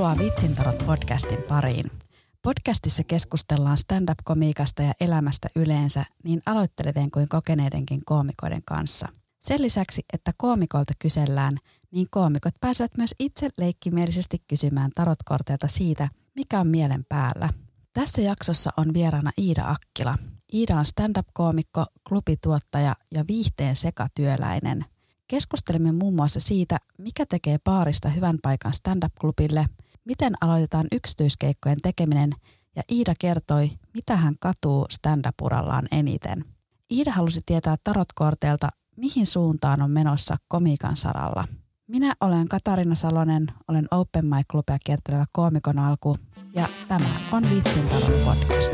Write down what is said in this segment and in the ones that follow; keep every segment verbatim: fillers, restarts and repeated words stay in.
Tervetuloa Vitsintarot podcastin pariin. Podcastissa keskustellaan stand-up-komiikasta ja elämästä yleensä niin aloittelevien kuin kokeneidenkin koomikoiden kanssa. Sen lisäksi, että koomikolta kysellään, niin koomikot pääsevät myös itse leikkimielisesti kysymään tarotkorteilta siitä, mikä on mielen päällä. Tässä jaksossa on vieraana Iida Akkila. Iida on stand-up-koomikko, klubituottaja ja viihteen sekatyöläinen. Keskustelemme muun muassa siitä, mikä tekee baarista hyvän paikan stand-up-klubille, miten aloitetaan yksityiskeikkojen tekeminen ja Iida kertoi, mitä hän katuu stand-up-urallaan eniten. Iida halusi tietää tarotkorteilta, mihin suuntaan on menossa komiikan saralla. Minä olen Katariina Salonen, olen Open Mic Clubia kiertelevä koomikon alku ja tämä on Vitsintarot podcast.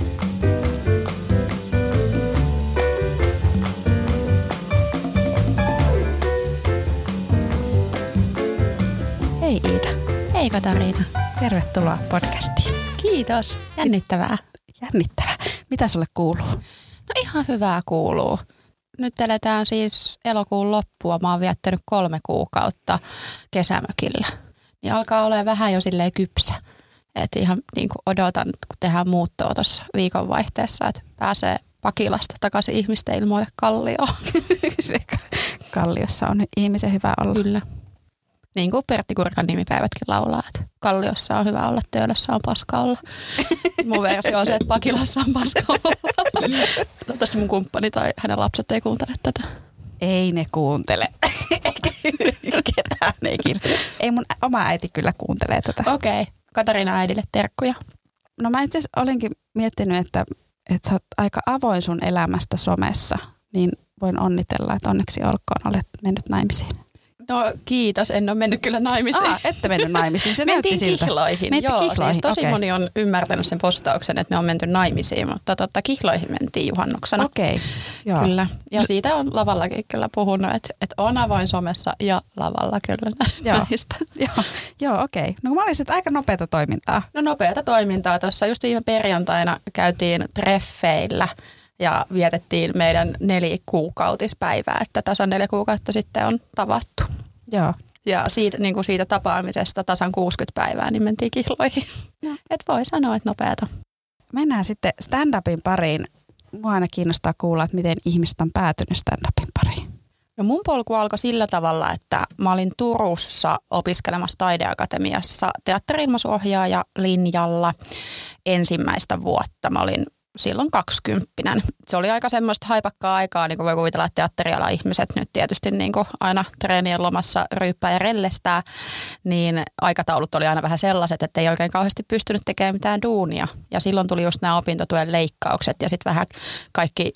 Hei Iida. Hei Katariina. Tervetuloa podcastiin. Kiitos. Jännittävää. Jännittävää. Mitä sulle kuuluu? No ihan hyvää kuuluu. Nyt eletään siis elokuun loppua. Mä oon viettänyt kolme kuukautta kesämökillä. Niin alkaa olla vähän jo silleen kypsä. Että ihan niin kuin odotan, kun tehdään muuttoa tuossa viikonvaihteessa, että pääsee Pakilasta takaisin ihmisten ilmoille Kallioon. Kalliossa on ihmisen hyvä olla. Kyllä. Niin kuin Pertti Kurkan nimipäivätkin laulaa, että Kalliossa on hyvä olla, Töölössä on paska olla. Mun versio on se, että Pakilassa on paska olla. Toivottavasti mun kumppani tai hänen lapset ei kuuntele tätä. Ei ne kuuntele. Ketään ei kiinnosta. Ei mun oma äiti kyllä kuuntelee tätä. Okei. Okay. Katariina äidille terkkuja. No mä itse asiassa olinkin miettinyt, että, että sä oot aika avoin sun elämästä somessa. Niin voin onnitella, että onneksi olkoon olet mennyt naimisiin. No kiitos, en ole mennyt kyllä naimisiin. Ah, ette mennyt naimisiin, se Mentiin siltä. kihloihin. Mentiin Joo, kihloihin. Siis tosi okay. moni on ymmärtänyt sen postauksen, että me on menty naimisiin, mutta totta, kihloihin mentiin juhannuksena. Okei, okay. Joo. Kyllä, ja siitä on lavallakin kyllä puhunut, että, että on avoin somessa ja lavalla kyllä näistä. Joo, Joo okei. Okay. No mä olisin, että aika nopeata toimintaa. No nopeata toimintaa. Tuossa just viime perjantaina käytiin treffeillä. Ja vietettiin meidän nelikuukautispäivää, että tasan neljä kuukautta sitten on tavattu. Joo. Ja siitä, niin kuin siitä tapaamisesta tasan kuusikymmentä päivää, niin mentiin kihloihin. Et voi sanoa, että nopeata. Mennään sitten stand-upin pariin. Mua aina kiinnostaa kuulla, että miten ihmiset on päätynyt stand-upin pariin. No mun polku alkoi sillä tavalla, että mä olin Turussa opiskelemassa Taideakatemiassa teatteri-ilmaisuohjaaja linjalla ensimmäistä vuotta. Mä olin silloin kaksikymppinen. Se oli aika semmoista haipakkaa aikaa, niin kuin voi kuvitella, että teatterialan ihmiset nyt tietysti niin kuin aina treenien lomassa ryyppää ja rellestää, niin aikataulut oli aina vähän sellaiset, että ei oikein kauheasti pystynyt tekemään mitään duunia. Ja silloin tuli just nämä opintotuen leikkaukset ja sitten vähän kaikki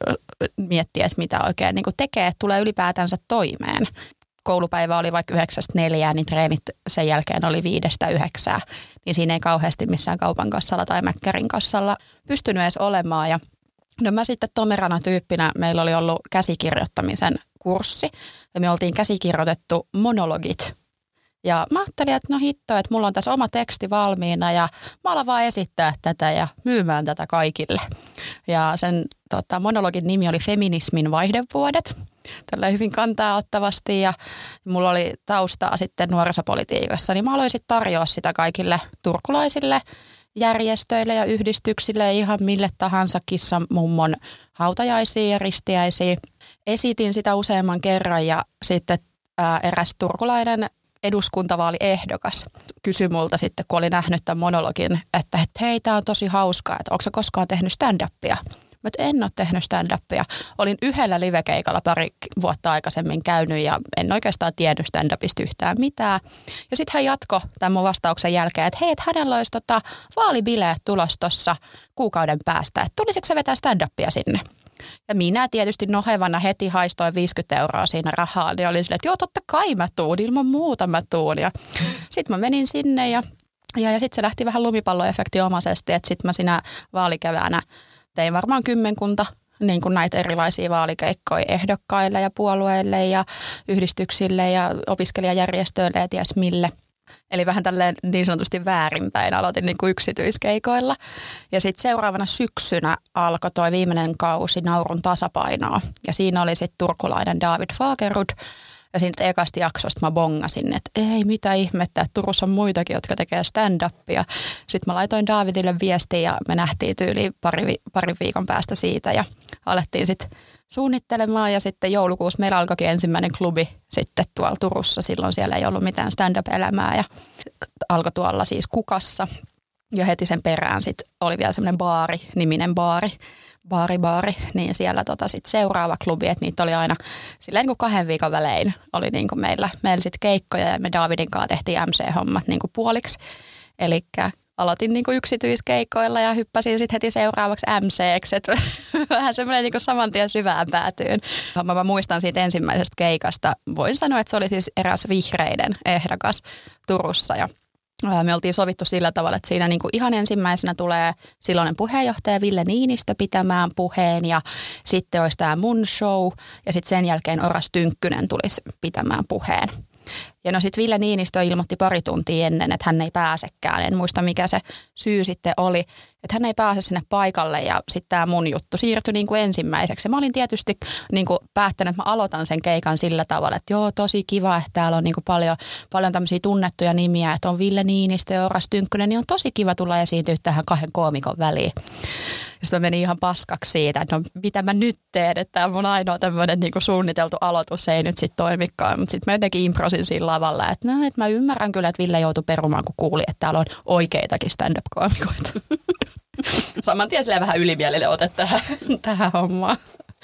miettii, että mitä oikein niin kuin tekee, että tulee ylipäätänsä toimeen. Koulupäivä oli vaikka yhdeksästä neljään, niin treenit sen jälkeen oli viidestä yhdeksää. Niin siinä ei kauheasti missään kaupan kassalla tai Mäkkärin kassalla pystynyt edes olemaan. Ja no mä sitten tomerana tyyppinä, meillä oli ollut käsikirjoittamisen kurssi. Ja me oltiin käsikirjoitettu monologit. Ja mä ajattelin, että no hitto, että mulla on tässä oma teksti valmiina ja mä alan vaan esittää tätä ja myymään tätä kaikille. Ja sen tota, monologin nimi oli Feminismin vaihdevuodet. Tällä hyvin kantaa ottavasti ja mulla oli taustaa sitten nuorisopolitiikassa, niin mä aloin sitten tarjoa sitä kaikille turkulaisille järjestöille ja yhdistyksille ihan mille tahansa kissamummon hautajaisiin ja ristiäisiin. Esitin sitä useamman kerran ja sitten ää, eräs turkulainen eduskuntavaaliehdokas kysyi multa sitten, kun oli nähnyt tämän monologin, että, että hei, tää on tosi hauskaa, että onko sä koskaan tehnyt stand-upia? Mä en ole tehnyt stand-upia. Olin yhdellä livekeikalla pari vuotta aikaisemmin käynyt ja en oikeastaan tiennyt stand-upista yhtään mitään. Ja sitten hän jatkoi tämän mun vastauksen jälkeen, että hei, että hänellä olisi tota vaalibileet tulos tuossa kuukauden päästä, että tulisiko se vetää stand-upia sinne? Ja minä tietysti nohevana heti haistoin viisikymmentä euroa siinä rahaa, niin olin silleen, että joo, totta kai mä tuun, ilman muuta mä tuun. Ja sitten mä menin sinne ja, ja, ja sitten se lähti vähän lumipalloefektiomaisesti, että sitten mä siinä vaalikeväänä tein varmaan kymmenkunta niin kuin näitä erilaisia vaalikeikkoja ehdokkaille ja puolueille ja yhdistyksille ja opiskelijajärjestöille ja ties mille. Eli vähän tälleen niin sanotusti väärinpäin aloitin niin kuin yksityiskeikoilla. Ja sitten seuraavana syksynä alkoi toi viimeinen kausi Naurun tasapainoa. Ja siinä oli sitten turkulainen David Fagerud Ja siitä ekasta jaksosta mä bongasin, että ei mitä ihmettä, että Turussa on muitakin, jotka tekee stand-upia. Sitten mä laitoin Davidille viestiä ja me nähtiin tyyliin pari, pari viikon päästä siitä ja alettiin sitten suunnittelemaan. Ja sitten joulukuussa meillä alkoikin ensimmäinen klubi sitten tuolla Turussa. Silloin siellä ei ollut mitään stand-up-elämää ja alkoi tuolla siis Kukassa. Ja heti sen perään sitten oli vielä semmoinen baari, niminen baari. Baari, baari, niin siellä tota sit seuraava klubi, että niitä oli aina silleen niin kuin kahden viikon välein oli niin kuin meillä, meillä sitten keikkoja ja me Davidin kanssa tehtiin M C-hommat niin kuin puoliksi. Eli aloitin niin kuin yksityiskeikkoilla ja hyppäsin sitten heti seuraavaksi M C:ksi, että vähän semmoinen niin kuin saman tien syvään päätyyn. Mä, mä muistan siitä ensimmäisestä keikasta, voin sanoa, että se oli siis eräs vihreiden ehdokas Turussa ja me oltiin sovittu sillä tavalla, että siinä niin kuin ihan ensimmäisenä tulee silloinen puheenjohtaja Ville Niinistö pitämään puheen ja sitten olisi tämä mun show ja sitten sen jälkeen Oras Tynkkynen tulisi pitämään puheen. Ja no sitten Ville Niinistö ilmoitti pari tuntia ennen, että hän ei pääsekään. En muista mikä se syy sitten oli, että hän ei pääse sinne paikalle ja sitten tämä mun juttu siirtyi niin kuin ensimmäiseksi. Ja mä olin tietysti niin kuin päättänyt, että mä aloitan sen keikan sillä tavalla, että joo tosi kiva, että täällä on niin kuin paljon, paljon tämmöisiä tunnettuja nimiä, että on Ville Niinistö ja Oras Tynkkynen, niin on tosi kiva tulla esiintyä tähän kahden koomikon väliin. Ja sitten meni ihan paskaksi siitä, että no mitä mä nyt teen, että tämä on ainoa tämmöinen niin kuin suunniteltu aloitus, ei nyt sitten toimikaan. Mutta sitten mä jotenkin improsin siinä lavalla, että no, että mä ymmärrän kyllä, että Ville joutui perumaan, kun kuuli, että täällä on oikeitakin stand-up-koomikoita. Saman tien silleen vähän ylimielinen ote tähän, tähän hommaan.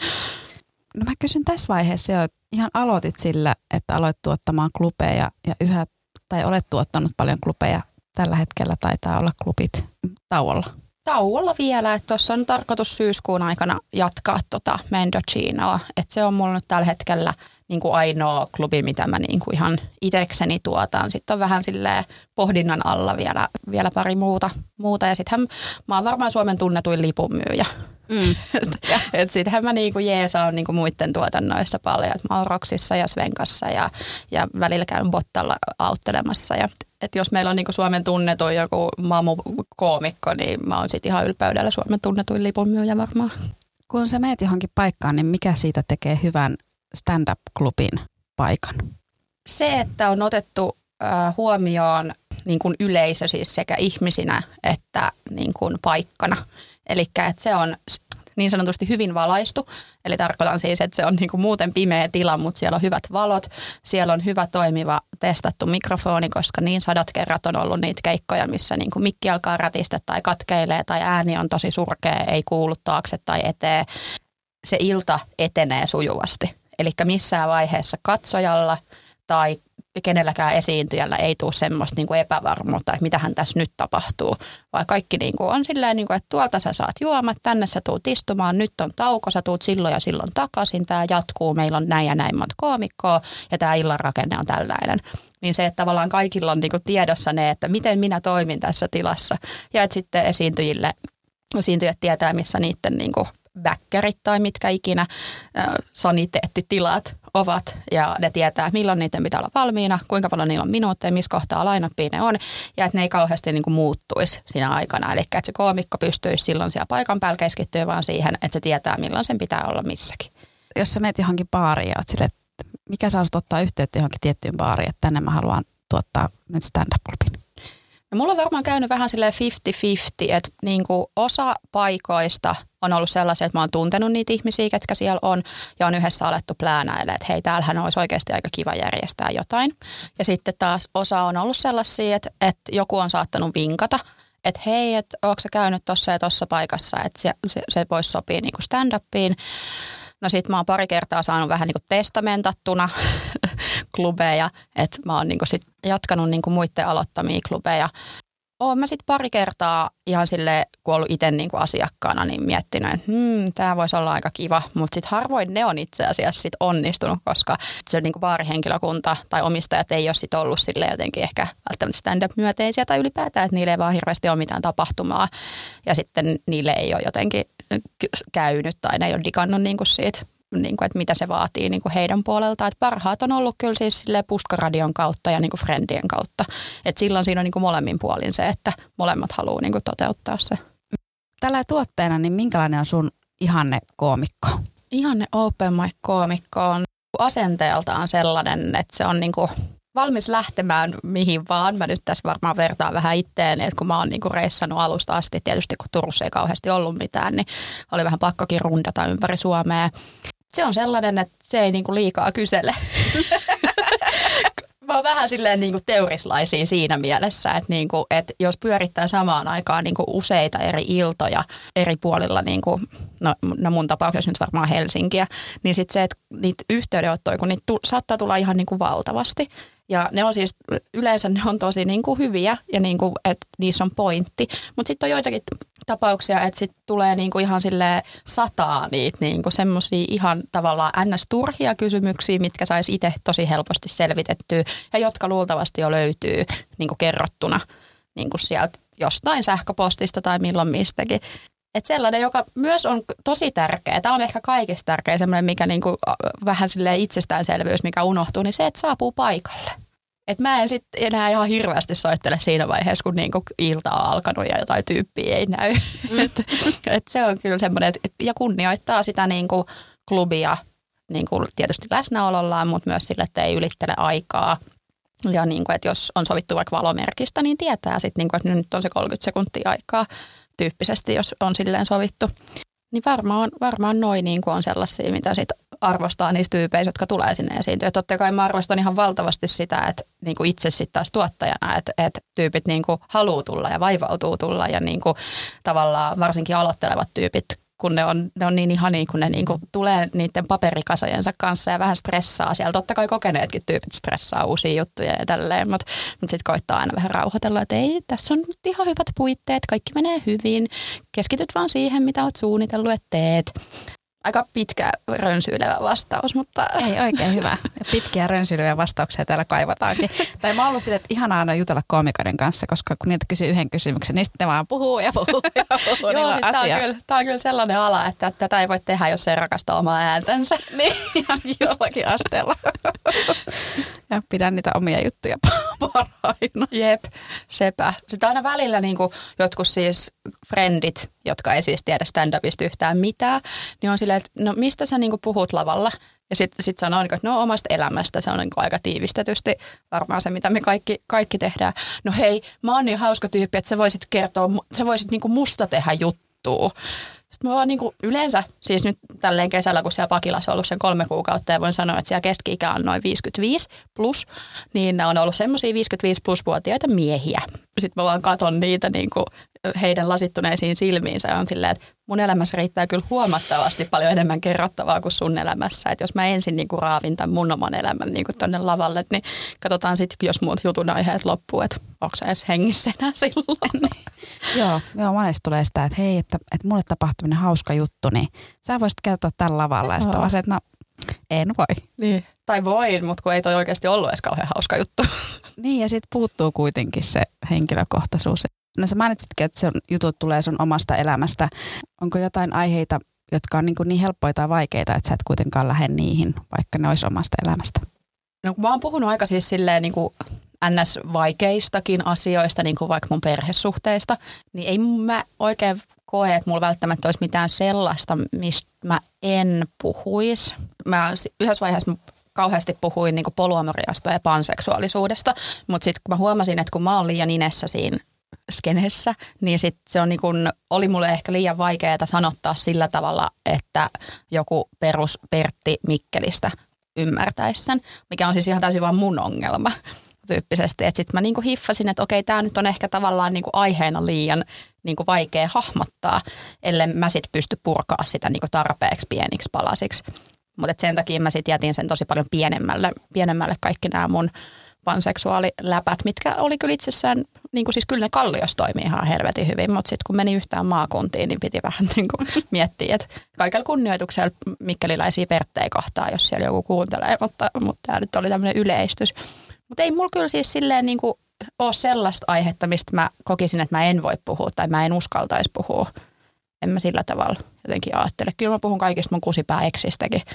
No mä kysyn tässä vaiheessa jo, että ihan aloitit sillä, että aloit tuottamaan klubeja ja yhä, tai olet tuottanut paljon klubeja. Tällä hetkellä taitaa olla klubit tauolla. Tauolla vielä, että tuossa on tarkoitus syyskuun aikana jatkaa tota Mendocinoa. Että se on mulla nyt tällä hetkellä niin kuin ainoa klubi, mitä mä niin kuin ihan itsekseni tuotan. Sitten on vähän silleen pohdinnan alla vielä, vielä pari muuta. muuta. Ja sittenhän mä oon varmaan Suomen tunnetuin lipunmyyjä. Mm. Että sittenhän mä niinku jeesaan niinku muiden tuotannoissa paljon. Et mä oon Roksissa ja Svenkassa ja, ja välillä käyn Bottalla auttelemassa. Ja, et jos meillä on niinku Suomen tunnetuin joku mamu-koomikko, niin mä oon sit ihan ylpeydellä Suomen tunnetuin lipunmyyjä varmaan. Kun sä meet johonkin paikkaan, niin mikä siitä tekee hyvän stand-up-klubin paikan? Se, että on otettu äh, huomioon niin kuin yleisö siis sekä ihmisinä että niin kuin paikkana. Eli että se on niin sanotusti hyvin valaistu, eli tarkoitan siis, että se on niin kuin muuten pimeä tila, mutta siellä on hyvät valot, siellä on hyvä toimiva testattu mikrofoni, koska niin sadat kerrat on ollut niitä keikkoja, missä niin kuin mikki alkaa rätistä tai katkeilee tai ääni on tosi surkea, ei kuulu taakse tai eteen. Se ilta etenee sujuvasti, eli missään vaiheessa katsojalla tai kenelläkään esiintyjällä ei tule semmoista niin kuin epävarmuutta, että mitähän tässä nyt tapahtuu, vaan kaikki niin kuin on silleen, niin kuin, että tuolta sä saat juomat, tänne sä tuut istumaan, nyt on tauko, sä tuut silloin ja silloin takaisin, tämä jatkuu, meillä on näin ja näin monta koomikkoa ja tämä illan rakenne on tällainen. Niin se, että tavallaan kaikilla on niin kuin tiedossa ne, että miten minä toimin tässä tilassa ja että sitten esiintyjille, esiintyjät tietää, missä niiden niin kuin väkkärit tai mitkä ikinä äh, saniteettitilat ovat ja ne tietää, milloin niiden pitää olla valmiina, kuinka paljon niillä on minuutteja, missä kohtaa line-upia ne on ja että ne ei kauheasti niin kuin muuttuisi siinä aikana. Eli että se koomikko pystyisi silloin siellä paikan päällä keskittyä vaan siihen, että se tietää, milloin sen pitää olla missäkin. Jos sä menet johonkin baariin ja oot sille, että mikä sä haluaisit ottaa yhteyttä johonkin tiettyyn baariin, että tänne mä haluan tuottaa nyt stand-up-klubin? No, mulla on varmaan käynyt vähän silleen viisikymmentä viisikymmentä, että niin kuin osa paikoista on ollut sellaisia, että mä oon tuntenut niitä ihmisiä, ketkä siellä on, ja on yhdessä alettu pläänäillä, että hei, täällähän olisi oikeasti aika kiva järjestää jotain. Ja sitten taas osa on ollut sellaisia, että, että joku on saattanut vinkata, että hei, että ootko sä käynyt tuossa ja tuossa paikassa, että se, se, se voisi sopia niin kuin stand-upiin. No sit mä oon pari kertaa saanut vähän niin kuin testamentattuna klubeja, että mä oon niin kuin sit jatkanut niin kuin muiden aloittamia klubeja. Oon mä sitten pari kertaa ihan silleen, kun ollut itse niin kuin asiakkaana, niin miettinyt, että hmm, tämä voisi olla aika kiva, mutta sitten harvoin ne on itse asiassa sit onnistunut, koska se niin kuin baarihenkilökunta tai omistajat ei ole sit ollut silleen jotenkin ehkä välttämättä stand-up-myöteisiä tai ylipäätään, että niille ei vaan hirveästi ole mitään tapahtumaa ja sitten niille ei ole jotenkin käynyt tai ne ei ole digannut niin kuin siitä, niin kuin, että mitä se vaatii niin kuin heidän puoleltaan. Että parhaat on ollut kyllä siis silleen Puskaradion kautta ja niin kuin Friendien kautta. Et silloin siinä on niin kuin molemmin puolin se, että molemmat haluaa niin kuin toteuttaa se. Tällä tuotteena, niin minkälainen on sun ihanne koomikko? Ihanne open mic koomikko on asenteeltaan sellainen, että se on niinku valmis lähtemään mihin vaan. Mä nyt tässä varmaan vertaan vähän itteeni, että kun mä oon niinku reissannut alusta asti, tietysti kun Turussa ei kauheasti ollut mitään, niin oli vähän pakkokin rundata ympäri Suomea. Se on sellainen, että se ei niinku liikaa kysele. Mä oon vähän silleen niinku teorislaisia siinä mielessä, että, niinku, että jos pyörittää samaan aikaan niinku useita eri iltoja eri puolilla, niinku, no, no mun tapauksessa nyt varmaan Helsinkiä, niin sitten se, että niitä yhteydenottoja, kun niitä tu- saattaa tulla ihan niinku valtavasti. Ja ne on siis, yleensä ne on tosi niinku hyviä ja niinku, että niissä on pointti. Mutta sitten on joitakin tapauksia, että sitten tulee niinku ihan silleen sataa niitä niinku semmoisia ihan tavallaan ns-turhia kysymyksiä, mitkä saisi itse tosi helposti selvitettyä ja jotka luultavasti jo löytyy niinku kerrottuna niinku sieltä jostain sähköpostista tai milloin mistäkin. Että sellainen, joka myös on tosi tärkeä, tämä on ehkä kaikista tärkeä, semmoinen mikä niinku vähän silleen itsestäänselvyys, mikä unohtuu, niin se, että saapuu paikalle. Et mä en sitten enää ihan hirveästi soittele siinä vaiheessa, kun niinku ilta on alkanut ja jotain tyyppiä ei näy. Mm. et, et se on kyllä semmoinen, et, ja kunnioittaa sitä niinku klubia niinku tietysti läsnäolollaan, mutta myös sille, että ei ylittele aikaa. Ja niinku, että jos on sovittu vaikka valomerkistä, niin tietää sitten, niinku, että nyt on se kolmekymmentä sekuntia aikaa tyyppisesti, jos on silleen sovittu. Niin varmaan, varmaan noin niin on sellaisia, mitä sit arvostaa niistä tyypeistä, jotka tulee sinne esiintyä. Totta kai mä arvostan ihan valtavasti sitä, että niin kuin itse sitten taas tuottajana, että, että tyypit niin kuin haluaa tulla ja vaivautuu tulla ja niin kuin tavallaan varsinkin aloittelevat tyypit, kun ne on, ne on niin ihania, kun ne niin kuin tulee niiden paperikasojensa kanssa ja vähän stressaa siellä. Totta kai kokeneetkin tyypit stressaa uusia juttuja ja tälleen, mutta, mutta sitten koittaa aina vähän rauhoitella, että ei, tässä on nyt ihan hyvät puitteet, kaikki menee hyvin. Keskityt vaan siihen, mitä olet suunnitellut, että teet. Aika pitkä rönsyilevä vastaus, mutta... Ei, oikein hyvä. Ja pitkiä rönsyilevä vastauksia täällä kaivataankin. Tai mä oon ollut sille, että ihanaa aina jutella koomikoiden kanssa, koska kun niitä kysyy yhden kysymyksen, niin sitten ne vaan puhuu ja puhuu ja puhuu. Joo, niin tämä on, kyllä, tää on kyllä sellainen ala, että tätä ei voi tehdä, jos ei rakasta omaa ääntänsä. Niin, jollakin asteella. Ja pidän niitä omia juttuja parhaina. Jep, sepä. Sitten aina välillä niin kuin jotkut siis friendit, jotka ei siis tiedä stand-upista yhtään mitään, niin on silleen, että no mistä sä niin kuin puhut lavalla? Ja sitten sit sanoo, että no omasta elämästä, se on niin kuin aika tiivistetysti varmaan se, mitä me kaikki, kaikki tehdään. No hei, mä oon niin hauska tyyppi, että sä voisit kertoa, sä voisit niin kuin musta tehdä juttua. Sitten mä vaan niin kuin yleensä, siis nyt tälleen kesällä, kun siellä Pakilassa on ollut sen kolme kuukautta ja voin sanoa, että siellä keski-ikä on noin viisikymmentäviisi plus, niin ne on ollut semmoisia viisikymmentäviisi plus-vuotiaita miehiä. Sitten mä vaan katon niitä niin kuin heidän lasittuneisiin silmiinsä ja on silleen, että mun elämässä riittää kyllä huomattavasti paljon enemmän kerrottavaa kuin sun elämässä. Että jos mä ensin niin kuin raavin tämän mun oman elämän niin kuin tonne lavalle, niin katsotaan sitten, jos muut jutun aiheet loppuu, että onko sä edes hengissä enää silloin. Joo, joo, monesti tulee sitä, että hei, että, että mulle tapahtuminen hauska juttu, niin sä voisit kertoa tällä lavalla. Ja sitten vaan se, että no, en voi. Niin. Tai voin, mutta kun ei toi oikeasti ollut edes kauhean hauska juttu. Niin, ja sitten puuttuu kuitenkin se henkilökohtaisuus. No sä mainitsitkin, että se jutut tulee sun omasta elämästä. Onko jotain aiheita, jotka on niin, niin helppoja tai vaikeita, että sä et kuitenkaan lähde niihin, vaikka ne olisi omasta elämästä? No kun mä oon puhunut aika siis silleen niin kuin ns-vaikeistakin asioista, niin kuin vaikka mun perhesuhteista, niin ei mä oikein koe, että mulla välttämättä olisi mitään sellaista, mistä mä en puhuisi. Mä yhdessä vaiheessa kauheasti puhuin niin kuin polyamoriasta ja panseksuaalisuudesta, mutta sitten kun mä huomasin, että kun mä oon liian inessä siinä skenessä, niin sit se on niin kun, oli mulle ehkä liian vaikeaa sanottaa sillä tavalla, että joku perus Pertti Mikkelistä ymmärtäisi sen, mikä on siis ihan täysin vaan mun ongelma tyyppisesti. Että sitten mä niinku hiffasin, että okei, tämä nyt on ehkä tavallaan niinku aiheena liian niinku vaikea hahmottaa, ellei mä sitten pysty purkaa sitä niinku tarpeeksi pieniksi palasiksi. Mutta sen takia mä sitten jätin sen tosi paljon pienemmälle, pienemmälle kaikki nämä mun panseksuaaliläpät, mitkä oli kyllä itsessään, niin kuin siis kyllä ne Kalliossa toimii ihan helvetin hyvin, mutta sitten kun meni yhtään maakuntiin, niin piti vähän niin kuin miettiä, että kaikella kunnioituksella mikkeliläisiä perttejä kohtaan, jos siellä joku kuuntelee, mutta, mutta tämä nyt oli tämmöinen yleistys. Mutta ei mulla kyllä siis silleen niin kuin ole sellaista aihetta, mistä mä kokisin, että mä en voi puhua tai mä en uskaltaisi puhua. En mä sillä tavalla jotenkin ajattele. Kyllä mä puhun kaikista mun kusipää-eksistäkin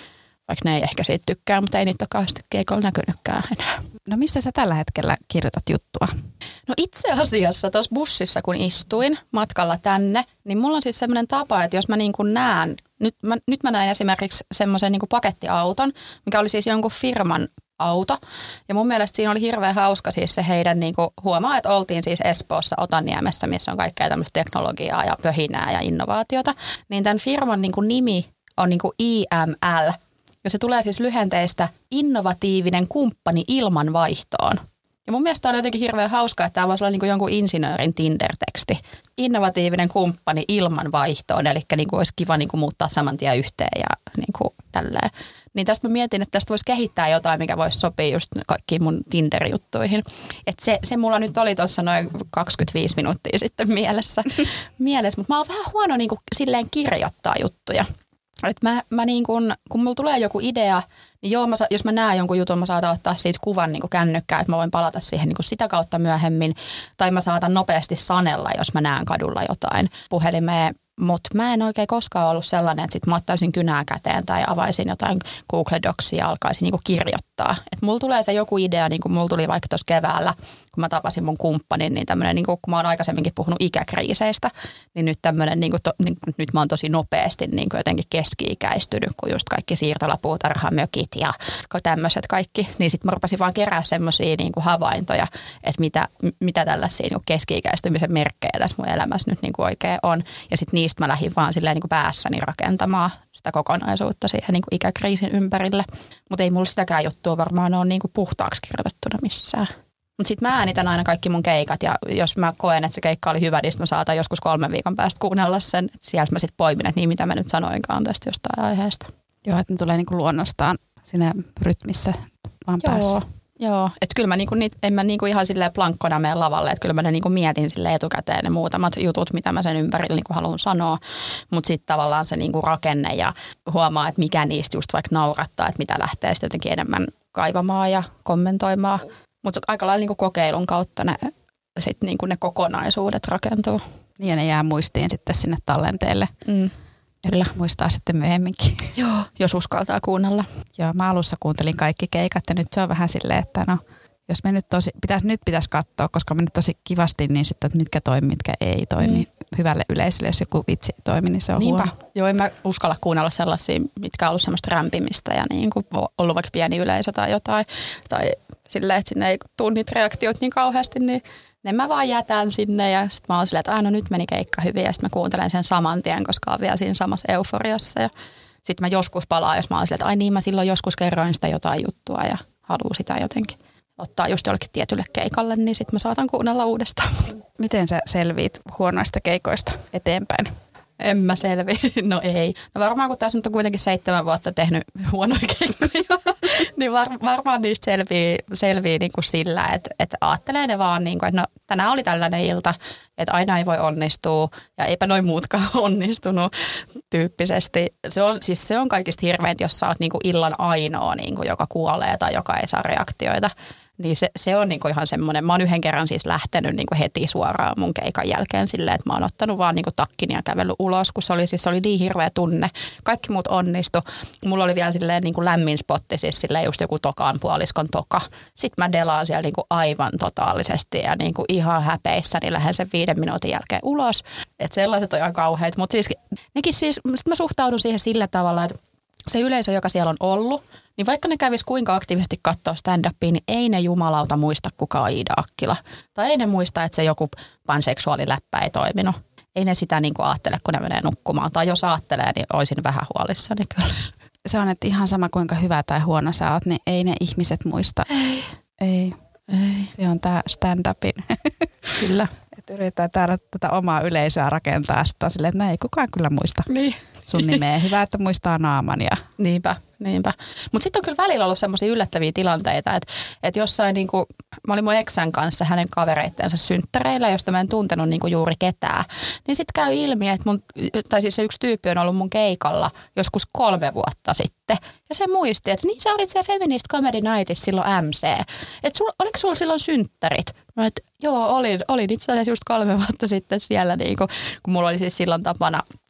vaikka ne ei ehkä siitä tykkää, mutta ei niitä ole kauheasti keikolla näkynytkään enää. No missä sä tällä hetkellä kirjoitat juttua? No itse asiassa tuossa bussissa, kun istuin matkalla tänne, niin mulla on siis semmoinen tapa, että jos mä niin kuin näen, nyt mä, nyt mä näen esimerkiksi semmoisen niin kuin pakettiauton, mikä oli siis jonkun firman auto. Ja mun mielestä siinä oli hirveän hauska siis se heidän, niin kuin, huomaa, että oltiin siis Espoossa Otaniemessä, missä on kaikkea tämmöistä teknologiaa ja pöhinää ja innovaatiota. Niin tämän firman niin kuin nimi on niin kuin I M L. Ja se tulee siis lyhenteistä innovatiivinen kumppani ilmanvaihtoon. Ja mun mielestä on jotenkin hirveän hauskaa, että tämä voisi olla niin kuin jonkun insinöörin Tinder-teksti. Innovatiivinen kumppani ilmanvaihtoon, eli niin kuin olisi kiva niin kuin muuttaa saman tien yhteen ja niin kuin tälleen. Niin tästä mä mietin, että tästä voisi kehittää jotain, mikä voisi sopia just kaikkiin mun Tinder-juttuihin. Että se, se mulla nyt oli tuossa noin kaksikymmentäviisi minuuttia sitten mielessä. mielessä. Mutta mä oon vähän huono niin kuin silleen kirjoittaa juttuja. Että mä, mä niin kun, kun mulla tulee joku idea, niin joo, mä, jos mä näen jonkun jutun, mä saatan ottaa siitä kuvan niin kännykkää, että mä voin palata siihen niin sitä kautta myöhemmin. Tai mä saatan nopeasti sanella, jos mä näen kadulla jotain puhelimeen. Mutta mä en oikein koskaan ollut sellainen, että sit mä ottaisin kynää käteen tai avaisin jotain Google Docsia ja alkaisin niinku kirjoittaa. Et mulla tulee se joku idea, niin kuin mulla tuli vaikka tuossa keväällä, kun mä tapasin mun kumppanin, niin tämmöinen, niin kun mä oon aikaisemminkin puhunut ikäkriiseistä, niin nyt tämmöinen, niin to, niin, nyt mä oon tosi nopeasti niin jotenkin keski-ikäistynyt, kun just kaikki siirtolapuutarhamökit ja tämmöiset kaikki. Niin sit mä rupesin vaan kerää semmoisia niin havaintoja, että mitä, mitä tällaisia niin keski-ikäistymisen merkkejä tässä mun elämässä nyt niin oikein on. Ja sit niistä mä lähdin vaan silleen niin päässäni rakentamaan sitä kokonaisuutta siihen niin ikäkriisin ympärille. Mutta ei mulla sitäkään juttua varmaan ole niin puhtaaksi kirjoitettuna missään. Mutta sitten mä äänitän aina kaikki mun keikat ja jos mä koen, että se keikka oli hyvä, niin mä saatan joskus kolmen viikon päästä kuunnella sen. Et sieltä mä sitten poimin, että niin mitä mä nyt sanoinkaan tästä jostain aiheesta. Joo, että ne tulee niinku luonnostaan siinä rytmissä vaan Joo. päässä. Joo, että kyllä mä niinku, niit, en mä niinku ihan silleen plankkona mene lavalle, että kyllä mä ne niinku mietin silleen etukäteen ne muutamat jutut, mitä mä sen ympärillä niinku haluan sanoa, mutta sitten tavallaan se niinku rakenne ja huomaa, että mikä niistä just vaikka naurattaa, että mitä lähtee sitten jotenkin enemmän kaivamaan ja kommentoimaan, mutta aika lailla niinku kokeilun kautta ne, sit niinku ne kokonaisuudet rakentuu. Niin ja ne jää muistiin sitten sinne tallenteelle. Mm. Kyllä, muistaa sitten myöhemminkin. Joo, jos uskaltaa kuunnella. Joo, mä alussa kuuntelin kaikki keikat ja nyt se on vähän silleen, että no, jos me nyt tosi, pitäisi, nyt pitäisi katsoa, koska me nyt tosi kivasti, niin sitten, että mitkä toimii, mitkä ei toimi. Mm. Hyvälle yleisölle, jos joku vitsi ei toimi, niin se on Niinpä. huono. Joo, en mä uskalla kuunnella sellaisia, mitkä on ollut semmoista rämpimistä ja niin kuin ollut vaikka pieni yleisö tai jotain. Tai silleen, että sinne ei tule niitä reaktioita niin kauheasti, niin ne mä vaan jätän sinne ja sitten mä oon silleen, että aina nyt meni keikka hyvin ja sitten mä kuuntelen sen saman tien, koska on vielä siinä samassa euforiassa. Ja sitten mä joskus palaan, jos mä oon silleen, että ai niin mä silloin joskus kerroin sitä jotain juttua ja haluan sitä jotenkin ottaa just jollekin tietylle keikalle, niin sitten mä saatan kuunnella uudestaan. Miten sä selviit huonoista keikoista eteenpäin? En mä selviä. No ei. No varmaan kun tässä nyt on kuitenkin seitsemän vuotta tehnyt huonoja keikkoja, niin var, varmaan niistä selvii, selvii niin kuin sillä, että, että ajattelee ne vaan, niin kuin, että no tänään oli tällainen ilta, että aina ei voi onnistua ja eipä noin muutkaan onnistunut tyyppisesti. Se on, siis se on kaikista hirveintä, jos sä oot niin kuin illan ainoa, niin kuin, joka kuolee tai joka ei saa reaktioita. Niin se, se on niinku ihan semmoinen, mä oon yhden kerran siis lähtenyt niinku heti suoraan mun keikan jälkeen silleen, että mä oon ottanut vaan niinku takkin ja kävellyt ulos, kun se oli, siis se oli niin hirveä tunne. Kaikki muut onnistu. Mulla oli vielä silleen niinku lämmin spotti, siis silleen just joku tokaan puoliskon toka. Sitten mä delaan siellä niinku aivan totaalisesti ja niinku ihan häpeissä, niin lähden sen viiden minuutin jälkeen ulos. Että sellaiset on ihan kauheat. Mutta siis nekin siis, sit mä suhtaudun siihen sillä tavalla, että se yleisö, joka siellä on ollut, niin vaikka ne kävis kuinka aktiivisesti katsoa stand-upia, niin ei ne jumalauta muista, kuka on Iida Akkila. Tai ei ne muista, että se joku panseksuaaliläppä ei toiminut. Ei ne sitä niin kuin ajattele, kun ne menee nukkumaan. Tai jos ajattelee, niin olisin vähän huolissani kyllä. Se on, että ihan sama kuinka hyvä tai huono sä oot, niin ei ne ihmiset muista. Ei. Ei. Ei. Se on tää stand-upin. Kyllä. Että yritetään täällä tätä omaa yleisöä rakentaa sitä silleen, että no ei kukaan kyllä muista Niin. sun nimeä. Hyvä, että muistaa naaman. Ja... Niinpä, niinpä. Mutta sitten on kyllä välillä ollut semmoisia yllättäviä tilanteita, että, että jossain niinku, mä olin mun eksän kanssa hänen kavereittensa synttäreillä, josta mä en tuntenut niinku juuri ketään. Niin sitten käy ilmi, että mun, tai siis se yksi tyyppi on ollut mun keikalla joskus kolme vuotta sitten. Ja se muisti, että niin sä olit se Feminist Comedy Nightissa silloin M C. Että sul, oliko sulla silloin synttärit? Mä et, joo, olin, olin itse asiassa just kolme vuotta sitten siellä, niinku, kun mulla oli siis silloin tapana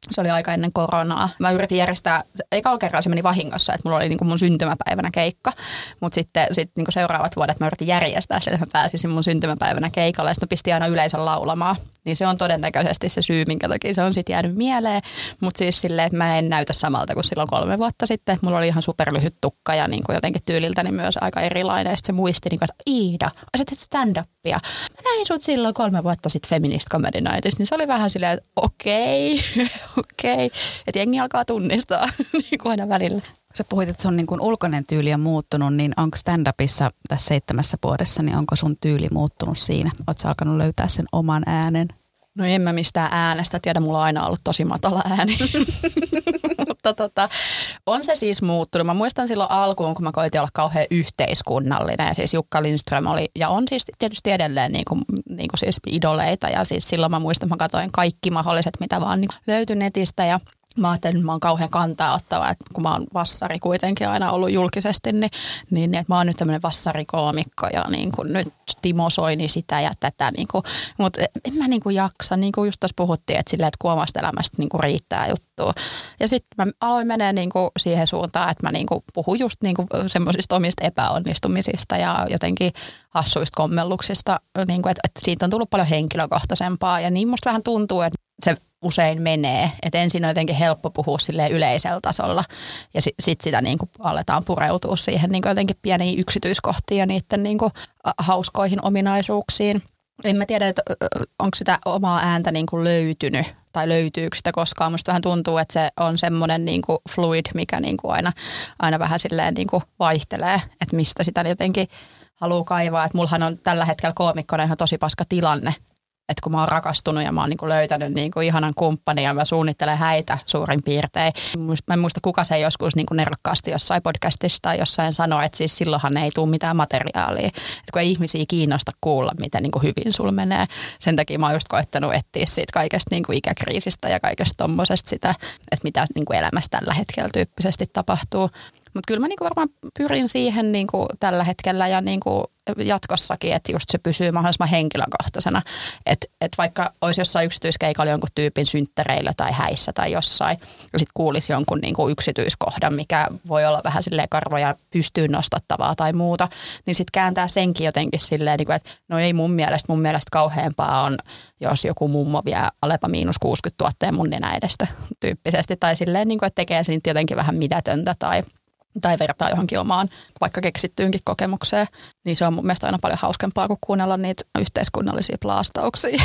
Se oli aika ennen koronaa. Mä yritin järjestää, ekalla kerralla se meni vahingossa, että mulla oli niinku mun syntymäpäivänä keikka. Mutta sitten sit niinku seuraavat vuodet mä yritin järjestää sen, että mä pääsisin mun syntymäpäivänä keikalle. Ja sitten mä pistin aina yleisön laulamaan. Niin se on todennäköisesti se syy, minkä takia se on sitten jäänyt mieleen. Mutta siis silleen, että mä en näytä samalta kuin silloin kolme vuotta sitten. Mulla oli ihan superlyhyt tukka ja niinku jotenkin tyyliltäni myös aika erilainen. Ja sitten se muisti, niinku, että Iida, sä teet stand-upia. Mä näin sut silloin kolme vuotta sitten Feminist Comedy Nightissa. Niin se oli vähän silleen, että okei, okei. Että jengi alkaa tunnistaa niin kuin aina välillä. Sä puhuit, että sun niin kuin ulkoinen tyyli on muuttunut, niin onko stand-upissa tässä seitsemässä vuodessa, niin onko sun tyyli muuttunut siinä? Ootko sä alkanut löytää sen oman äänen? No en mä mistään äänestä tiedä, mulla on aina ollut tosi matala ääni. Mutta tota, on se siis muuttunut. Mä muistan silloin alkuun, kun mä koitin olla kauhean yhteiskunnallinen. Ja siis Jukka Lindström oli, ja on siis tietysti edelleen niin kuin, niin kuin siis idoleita. Ja siis silloin mä muistan, että mä katsoin kaikki mahdolliset, mitä vaan niin löytyi netistä. Ja mä ajattelin, että mä oon kauhean kantaa ottava, että kun mä oon vassari kuitenkin aina ollut julkisesti, niin, niin että mä oon nyt tämmöinen vassarikoomikko ja niin kuin nyt Timo Soini sitä ja tätä. Niin kuin, mutta en mä niin kuin jaksa, niin kuin just tuossa puhuttiin, että silleen, että kun omasta elämästä niin kuin riittää juttua. Ja sitten mä aloin menee niin kuin siihen suuntaan, että mä niin kuin puhun just niin kuin semmoisista omista epäonnistumisista ja jotenkin hassuista kommelluksista, niin kuin, että, että siitä on tullut paljon henkilökohtaisempaa ja niin musta vähän tuntuu, että se usein menee. Että ensin on jotenkin helppo puhua silleen yleisellä tasolla ja sitten sit sitä niin kuin aletaan pureutua siihen niin kuin jotenkin pieniin yksityiskohtiin ja niiden niin kuin hauskoihin ominaisuuksiin. En mä tiedä, että onko sitä omaa ääntä niin kuin löytynyt tai löytyykö sitä koskaan. Musta vähän tuntuu, että se on semmoinen niin kuin fluid, mikä niin kuin aina, aina vähän silleen niin kuin vaihtelee, että mistä sitä jotenkin haluaa kaivaa. Että mullahan on tällä hetkellä koomikkona ihan tosi paska tilanne. Että kun mä oon rakastunut ja mä oon niinku löytänyt niinku ihanan kumppanin ja mä suunnittelen häitä suurin piirtein. Mä en muista, kuka se joskus niinku nerokkaasti jossain podcastissa tai jossain sanoi, että siis silloinhan ei tule mitään materiaalia. Että kun ei ihmisiä kiinnosta kuulla, miten niinku hyvin sulla menee. Sen takia mä oon just koettanut etsiä siitä kaikesta niinku ikäkriisistä ja kaikesta tommosesta sitä, että mitä niinku elämässä tällä hetkellä tyyppisesti tapahtuu. Mutta kyllä mä niinku varmaan pyrin siihen niinku tällä hetkellä ja niinku jatkossakin, että just se pysyy mahdollisimman henkilökohtaisena. Että et vaikka olisi jossain yksityiskeikalla jonkun tyypin synttäreillä tai häissä tai jossain, ja sitten kuulisi jonkun niinku yksityiskohdan, mikä voi olla vähän silleen karvoja pystyyn nostattavaa tai muuta, niin sitten kääntää senkin jotenkin silleen, niinku, että no ei mun mielestä, mun mielestä kauheampaa on, jos joku mummo vie Alepa miinus kuusikymmentä tuotteen mun nenä edestä tyyppisesti. Tai silleen, niinku, että tekee siitä jotenkin vähän mitätöntä tai tai vertaa johonkin omaan vaikka keksittyynkin kokemukseen, niin se on mun mielestä aina paljon hauskempaa kuin kuunnella niitä yhteiskunnallisia plaastauksia.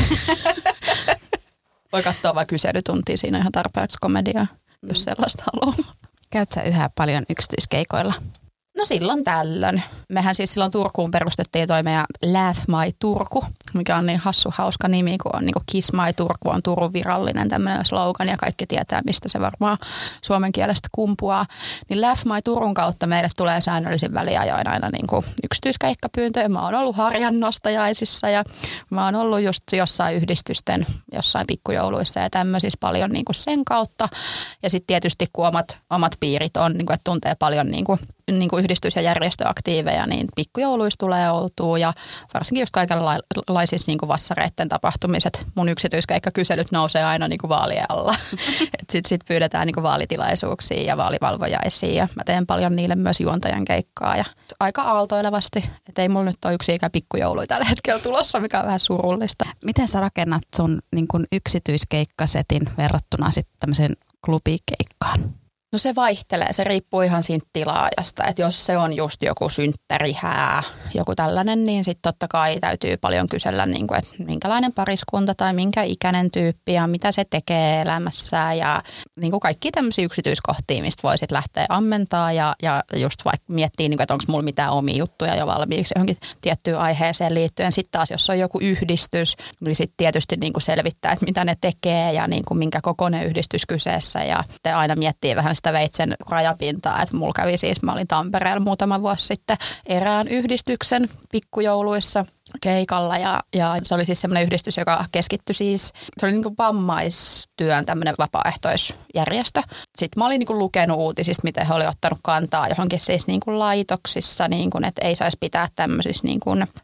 Voi katsoa vaikka kyselytuntia, siinä ihan tarpeeksi komediaa, jos sellaista haluaa. Käyt sä yhä paljon yksityiskeikoilla? No silloin tällöin. Mehän siis silloin Turkuun perustettiin toi meidän Laugh My Turku, mikä on niin hassu hauska nimi, kun on niin kuin Kiss My Turku on Turun virallinen tämmöinen slogan ja kaikki tietää, mistä se varmaan suomen kielestä kumpuaa. Niin Laugh My Turun kautta meille tulee säännöllisin väliajoin aina niin kuin yksityiskeikkapyyntöjä. Mä oon ollut harjannostajaisissa ja mä oon ollut just jossain yhdistysten, jossain pikkujouluissa ja tämmöisissä paljon niin kuin sen kautta. Ja sitten tietysti kun omat, omat piirit on, niin kuin, että tuntee paljon niin kuin niin kuin yhdistys- ja järjestöaktiiveja, niin pikkujouluissa tulee oltua ja varsinkin just kaikenlaisissa niin kuin vassareitten tapahtumiset. Mun yksityiskeikka-kyselyt nousee aina niin kuin vaalien alla. Sitten sit pyydetään niin kuin vaalitilaisuuksia ja vaalivalvojaisia ja mä teen paljon niille myös juontajan keikkaa ja aika aaltoilevasti. Että ei mulla nyt ole yksiikään pikkujouluja tällä hetkellä tulossa, mikä on vähän surullista. Miten sä rakennat sun niin kuin yksityiskeikkasetin verrattuna sitten tämmöiseen klubikeikkaan? No se vaihtelee, se riippuu ihan siitä tilaajasta, että jos se on just joku synttärihää, joku tällainen, niin sitten totta kai täytyy paljon kysellä, niin kuin, että minkälainen pariskunta tai minkä ikäinen tyyppi ja mitä se tekee elämässään ja niin kuin kaikki tämmöisiä yksityiskohtia, mistä voi sitten lähteä ammentaa ja, ja just vaikka miettiä, niin kuin, että onko mulla mitään omia juttuja jo valmiiksi johonkin tiettyyn aiheeseen liittyen. Sitten taas, jos on joku yhdistys, niin sitten tietysti niin kuin selvittää, että mitä ne tekee ja niin kuin minkä kokoinen yhdistys kyseessä ja aina miettii vähän sitä veitsen rajapintaa, että mulla kävi siis, mä olin Tampereella muutama vuosi sitten erään yhdistyksen pikkujouluissa keikalla ja, ja se oli siis semmoinen yhdistys, joka keskittyi siis, se oli niin kuin vammaistyön tämmöinen vapaaehtoisjärjestö. Sitten mä olin niin kuin lukenut uutisista, miten he oli ottanut kantaa johonkin siis niin kuin laitoksissa, niin kuin, että ei saisi pitää tämmöisissä niin kuin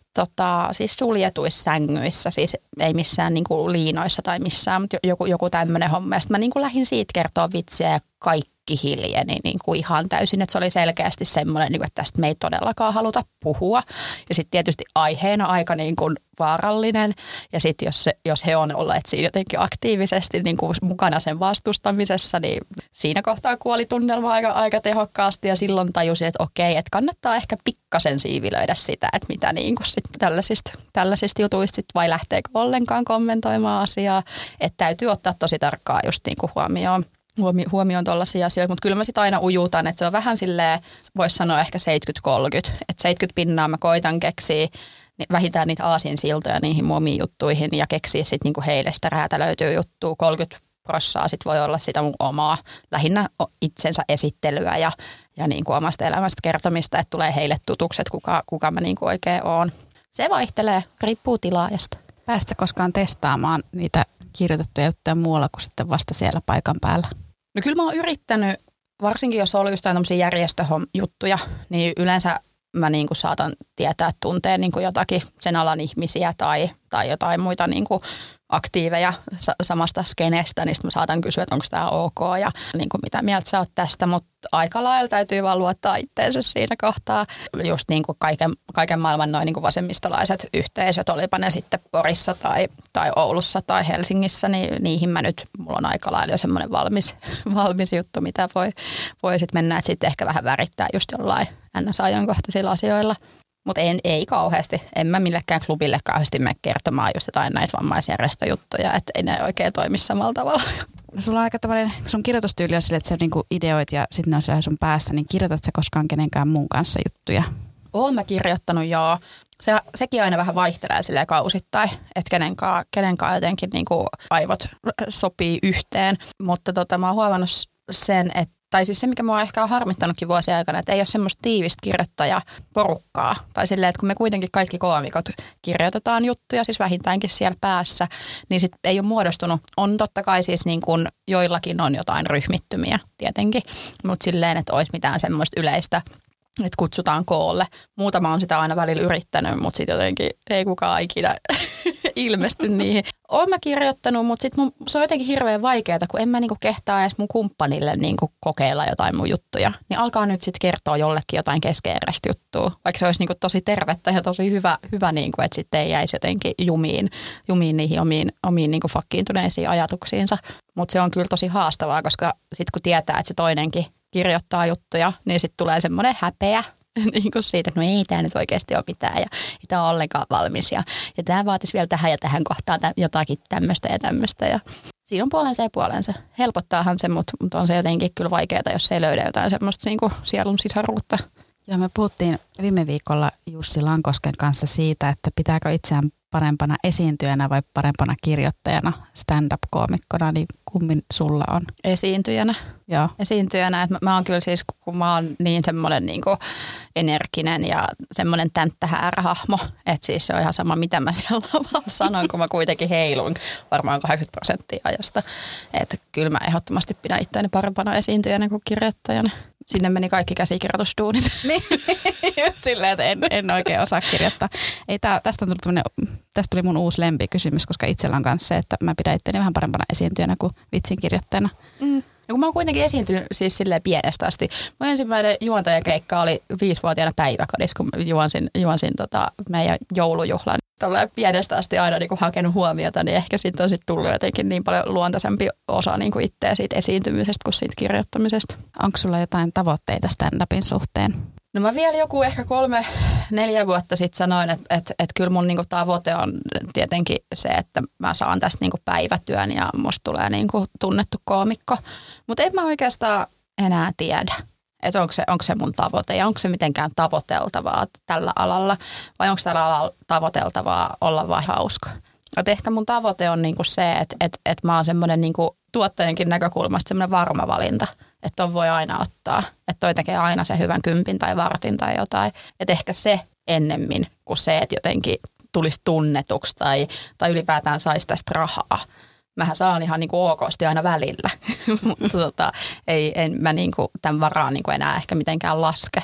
tota, siis suljetuissa sängyissä, siis ei missään niinku liinoissa tai missään, mutta joku, joku tämmöinen homma. Ja sitten mä niinku lähdin siitä kertoa vitsiä ja kaikki hiljeni niin kuin ihan täysin, että se oli selkeästi semmoinen, että tästä me ei todellakaan haluta puhua. Ja sitten tietysti aiheena aika niin kuin vaarallinen. Ja sitten jos, jos he on olleet siinä jotenkin aktiivisesti niin kuin mukana sen vastustamisessa, niin siinä kohtaa kuoli tunnelma aika, aika tehokkaasti. Ja silloin tajusin, että okei, että kannattaa ehkä pikkasen siivilöidä sitä, että mitä niin kuin sit tällaisista, tällaisista jutuista sit vai lähteekö ollenkaan kommentoimaan asiaa. Että täytyy ottaa tosi tarkkaan just niin kuin huomioon. huomioon tuollaisia asioita, mutta kyllä mä sitten aina ujutan, että se on vähän silleen, voisi sanoa ehkä seitsemänkymmentä kolmekymmentä, että seitsemänkymmentä pinnaa mä koitan keksiä vähintään niitä aasinsiltoja niihin mun omiin juttuihin ja keksiä sitten niinku heille sitä räätälöityä juttua. kolmekymmentä prosenttia sitten voi olla sitä mun omaa, lähinnä itsensä esittelyä ja, ja niinku omasta elämästä kertomista, että tulee heille tutuksi, että kuka, kuka mä niinku oikein oon. Se vaihtelee, riippuu tilaajasta. Päästä koskaan testaamaan niitä kirjoitettuja juttuja muualla kuin sitten vasta siellä paikan päällä? No kyllä mä oon yrittänyt, varsinkin jos on ollut just tämmöisiä järjestöjuttuja, niin yleensä mä niin kuin saatan tietää, tuntee niin kuin jotakin sen alan ihmisiä tai, tai jotain muita niin kuin aktiiveja samasta skenestä, niin mä saatan kysyä, että onko tämä ok ja niin kuin mitä mieltä sä oot tästä, mutta aika lailla täytyy vaan luottaa itteensä siinä kohtaa. Just niin kuin kaiken, kaiken maailman noin niin kuin vasemmistolaiset yhteisöt, olipa ne sitten Porissa tai, tai Oulussa tai Helsingissä, niin niihin mä nyt, mulla on aika lailla jo semmoinen valmis, valmis juttu, mitä voi, voi sitten mennä, että sitten ehkä vähän värittää just jollain N S-ajankohtaisilla asioilla. Mutta ei kauheasti. En mä millekään klubille kauheasti mene kertomaan just jotain näitä vammaisjärjestöjuttuja, että ei ne oikein toimi samalla tavalla. No sulla on aika tavallinen, sun kirjoitustyyli on sille, että sä niinku ideoit ja sitten ne on siellä sun päässä, niin kirjoitat sä koskaan kenenkään muun kanssa juttuja? Oon mä kirjoittanut, joo. Se, sekin aina vähän vaihtelee silleen kausittain, että kenenkaan, kenenkaan jotenkin niinku aivot sopii yhteen. Mutta tota, mä oon huomannut sen, että tai siis se, mikä mua ehkä on harmittanutkin vuosien aikana, että ei ole semmoista tiivistä kirjoittajaporukkaa. Tai silleen, että kun me kuitenkin kaikki koomikot kirjoitetaan juttuja, siis vähintäänkin siellä päässä, niin sit ei ole muodostunut. On totta kai siis niin kuin joillakin on jotain ryhmittymiä tietenkin, mutta silleen, että olisi mitään semmoista yleistä, että kutsutaan koolle. Muutama on sitä aina välillä yrittänyt, mutta sitten jotenkin ei kukaan ikinä ilmesty niihin. Oon mä kirjoittanut, mutta sit mun, se on jotenkin hirveän vaikeaa, kun en mä niinku kehtaa edes mun kumppanille niinku kokeilla jotain mun juttuja. Niin alkaa nyt sitten kertoa jollekin jotain keskeeräistä juttua, vaikka se olisi niinku tosi tervettä ja tosi hyvä, hyvä niinku, että sitten ei jäisi jotenkin jumiin, jumiin niihin omiin, omiin niinku fakkiintuneisiin ajatuksiinsa. Mutta se on kyllä tosi haastavaa, koska sitten kun tietää, että se toinenkin kirjoittaa juttuja, niin sitten tulee semmoinen häpeä niin kuin siitä, että no ei tämä nyt oikeasti ole mitään ja ei tämä ole ollenkaan valmis ja, ja tämä vaatisi vielä tähän ja tähän kohtaan jotakin tämmöistä ja tämmöistä ja siinä on puolensa ja puolensa. Helpottaahan se, mutta, mutta on se jotenkin kyllä vaikeaa, jos ei löydä jotain semmoista niin kuin sielun sisaruutta. Ja me puhuttiin viime viikolla Jussi Lankosken kanssa siitä, että pitääkö itseään parempana esiintyjänä vai parempana kirjoittajana, stand-up-koomikkona, niin kummin sulla on? Esiintyjänä. Joo. Esiintyjänä. Että mä, mä oon kyllä siis, kun mä oon niin semmoinen niin kuin energinen ja semmoinen tänttähäärähahmo, että siis se on ihan sama, mitä mä siellä lavalla sanon, kun mä kuitenkin heilun varmaan kahdeksankymmentä prosenttia ajasta. Että kyllä mä ehdottomasti pidän itseäni parempana esiintyjänä kuin kirjoittajana. Sinne meni kaikki käsikirjoitustuunit. Niin, just silleen, että en, en oikein osaa kirjoittaa. Ei, tää, tästä, on tullut tästä tuli mun uusi lempikysymys, koska itsellä on myös se, että mä pidän itseäni vähän parempana esiintyjänä kuin vitsinkirjoittajana. Mm. Ja kun mä oon kuitenkin esiintynyt siis silleen pienestä asti. Mun ensimmäinen juontajakeikka oli viisivuotiaana päiväkodissa, kun juonsin, juonsin tota meidän joulujuhlan. Tolleen pienestä asti aina niin kuin hakenut huomiota, niin ehkä siitä on sit tullut jotenkin niin paljon luontaisempi osa niin kuin itseä siitä esiintymisestä kuin siitä kirjoittamisesta. Onko sulla jotain tavoitteita stand-upin suhteen? No mä vielä joku ehkä kolme, neljä vuotta sitten sanoin, että, että, että kyllä mun niinku tavoite on tietenkin se, että mä saan tästä niinku päivätyön ja musta tulee niinku tunnettu koomikko. Mutta en mä oikeastaan enää tiedä, että onko se, onko se mun tavoite ja onko se mitenkään tavoiteltavaa tällä alalla vai onko tällä alalla tavoiteltavaa olla vain hauska. Et ehkä mun tavoite on niinku se, että, että, että mä oon semmoinen niinku tuottajankin näkökulmasta semmoinen varma valinta. Että ton voi aina ottaa, että toi tekee aina sen hyvän kympin tai vartin tai jotain. Että ehkä se ennemmin kuin se, että jotenkin tulisi tunnetuksi tai, tai ylipäätään saisi tästä rahaa. Mähän saan ihan niin kuin okosti aina välillä, mutta tota, ei, en mä niin kuin tämän varaan niin kuin enää ehkä mitenkään laske.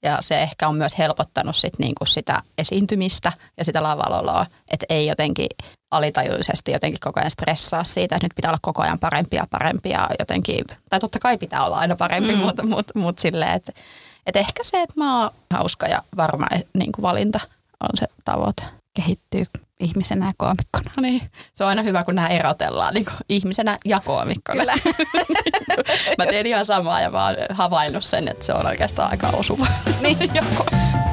ja se ehkä on myös helpottanut sit niinku sitä esiintymistä ja sitä lavalla, että ei jotenkin alitajuisesti jotenkin koko ajan stressaa siitä, että nyt pitää olla koko ajan parempia ja parempia jotenkin, tai totta kai pitää olla aina parempi, mm. mutta mut, mut silleen, että et ehkä se, että mä oon hauska ja varma niin kuin valinta on se tavoite. Kehittyy ihmisenä ja koomikkona. Niin, se on aina hyvä, kun nämä erotellaan niin kuin ihmisenä ja koomikkona. Kyllä. Mä teen ihan samaa ja mä oon havainnut sen, että se on oikeastaan aika osuva. Niin, joko.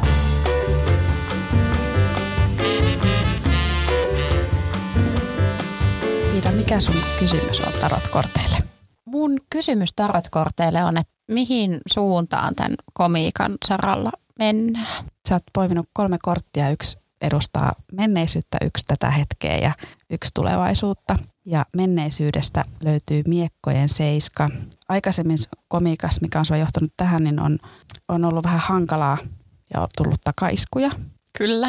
Iida, mikä sun kysymys on tarotkorteille? Mun kysymys tarotkorteille on, että mihin suuntaan tämän komiikan saralla mennään? Sä oot poiminut kolme korttia. Yksi edustaa menneisyyttä, yksi tätä hetkeä ja yksi tulevaisuutta. Ja menneisyydestä löytyy miekkojen seiska. Aikaisemmin komiikassa, mikä on sua johtanut tähän, niin on, on ollut vähän hankalaa ja on tullut takaiskuja. Kyllä.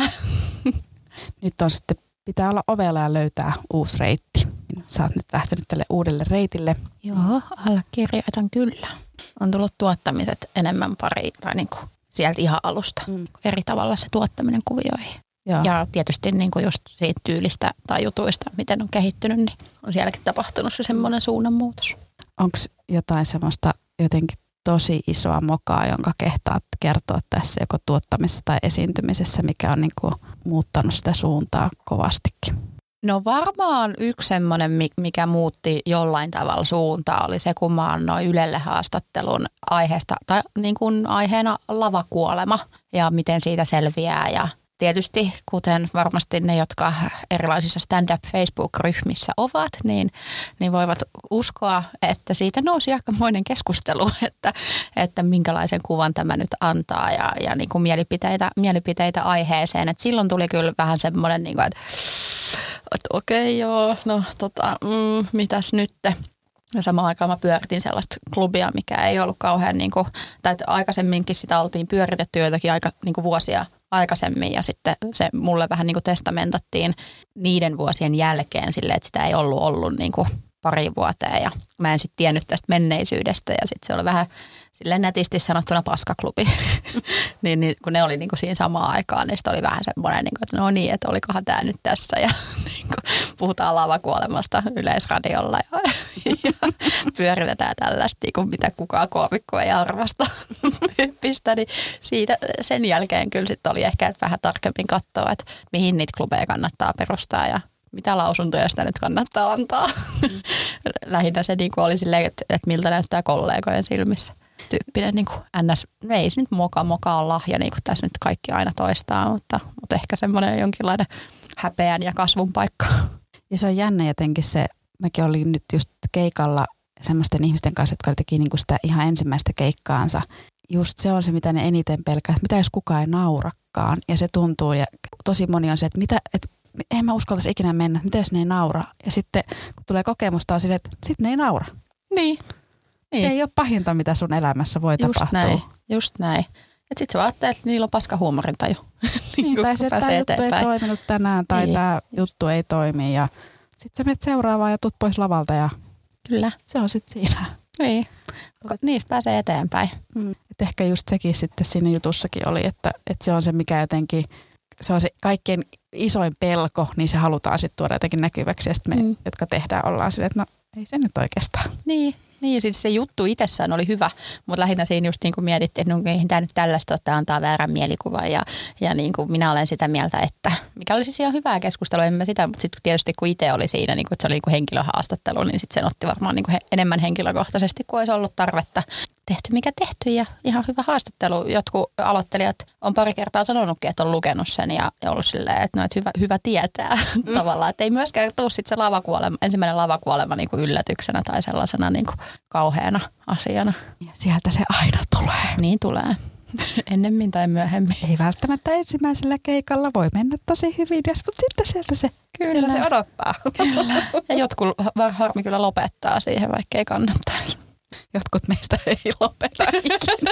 Nyt on sitten, pitää olla ovella ja löytää uusi reitti. Sä oot nyt lähtenyt tälle uudelle reitille. Joo, allekirjoitan kyllä. On tullut tuottamiset enemmän pari tai niin kuin sieltä ihan alusta. Mm. Eri tavalla se tuottaminen kuvioihin. Joo. Ja tietysti niin kuin just siitä tyylistä tai jutuista, miten on kehittynyt, niin on sielläkin tapahtunut se semmoinen suunnanmuutos. Onko jotain semmoista jotenkin tosi isoa mokaa, jonka kehtaat kertoa tässä joko tuottamisessa tai esiintymisessä, mikä on niin kuin muuttanut sitä suuntaa kovastikin? No varmaan yksi semmoinen, mikä muutti jollain tavalla suuntaa, oli se, kun mä annoin Ylelle haastattelun aiheesta, tai niin kuin aiheena lavakuolema ja miten siitä selviää. Ja tietysti, kuten varmasti ne, jotka erilaisissa stand-up Facebook-ryhmissä ovat, niin, niin voivat uskoa, että siitä nousi aikamoinen keskustelu, että, että minkälaisen kuvan tämä nyt antaa ja, ja niin kuin mielipiteitä, mielipiteitä aiheeseen. Et silloin tuli kyllä vähän semmoinen, niin kuin, että että okei joo, no tota, mm, mitäs nytte? Ja samaan aikaan mä pyöritin sellaista klubia, mikä ei ollut kauhean, niin kuin, tai aikaisemminkin sitä oltiin pyöritetty joitakin aika, niin kuin vuosia aikaisemmin ja sitten se mulle vähän niin kuin testamentattiin niiden vuosien jälkeen silleen, että sitä ei ollut ollut niin kuin pari vuoteen ja mä en sitten tiennyt tästä menneisyydestä ja sitten se oli vähän silleen nätisti sanottuna paskaklubi. niin, niin, kun ne oli niin kuin siinä samaan aikaan, niin sitten oli vähän semmoinen, niin kuin, että no niin, että olikohan tämä nyt tässä ja niin kuin, puhutaan lavakuolemasta Yleisradiolla ja, ja pyöritetään tällaista, niin kuin mitä kukaan koomikko ei arvasta tyyppistä, niin siitä sen jälkeen kyllä sitten oli ehkä vähän tarkemmin katsoa, että mihin niitä klubeja kannattaa perustaa ja mitä lausuntoja sitä nyt kannattaa antaa. Lähinnä se niin kuin oli silleen, että, että miltä näyttää kollegojen silmissä. Tyyppinen niin kuin ns. Ei se nyt moka moka on lahja, niin kuin tässä nyt kaikki aina toistaa, mutta, mutta ehkä semmoinen jonkinlainen häpeän ja kasvun paikka. Ja se on jännä jotenkin se, mäkin olin nyt just keikalla semmoisten ihmisten kanssa, jotka teki niin kuin sitä ihan ensimmäistä keikkaansa. Just se on se, mitä ne eniten pelkää, että mitä jos kukaan ei naurakaan. Ja se tuntuu, ja tosi moni on se, että mitä, että eihän mä uskaltaisi ikinä mennä, mitä jos ne ei naura. Ja sitten kun tulee kokemusta on silleen, että sitten ne ei naura. Niin. Niin. Se ei ole pahinta, mitä sun elämässä voi just tapahtua. Näin. Just näin. Että sit sä vaan ajattelet, että niillä on paska huumorintaju. Niin, tai se, että tämä juttu eteenpäin. Ei toiminut tänään tai niin. Tämä juttu ei toimi. Ja sit sä menet seuraavaan ja tuut pois lavalta ja kyllä. Se on sitten siinä. Niin. Niistä pääsee eteenpäin. Mm. Et ehkä just sekin sitten siinä jutussakin oli, että, että se on se, mikä jotenkin, se on se kaikkein isoin pelko, niin se halutaan sitten tuoda jotenkin näkyväksi. Ja sitten me, mm. jotka tehdään, ollaan silleen, että no ei se nyt oikeastaan. Niin. Niin, siis se juttu itsessään oli hyvä, mutta lähinnä siinä just niin kuin mietittiin, että no, eihän tämä nyt tällaista, että tämä antaa väärän mielikuvan ja, ja niin kuin minä olen sitä mieltä, että mikä oli siis ihan hyvää keskustelua, en mä sitä, mutta sitten tietysti kun itse oli siinä, niin kuin, että se oli niin kuin henkilöhaastattelu, niin sitten sen otti varmaan niin kuin he, enemmän henkilökohtaisesti kuin olisi ollut tarvetta. Tehty mikä tehty ja ihan hyvä haastattelu. Jotkut aloittelijat on pari kertaa sanonutkin, että on lukenut sen ja ollut silleen, että, no, että hyvä, hyvä tietää mm. tavallaan. Että ei myöskään tule sitten se lavakuolema, ensimmäinen lavakuolema niin kuin yllätyksenä tai sellaisena niin kuin kauheana asiana. Ja sieltä se aina tulee. Niin tulee. Ennemmin tai myöhemmin. Ei välttämättä ensimmäisellä keikalla voi mennä tosi hyvin, mutta sitten sieltä se, kyllä. se odottaa. Kyllä. Ja jotkut harmi kyllä lopettaa siihen, vaikka ei kannattaisi. Jotkut meistä ei lopeta ikinä.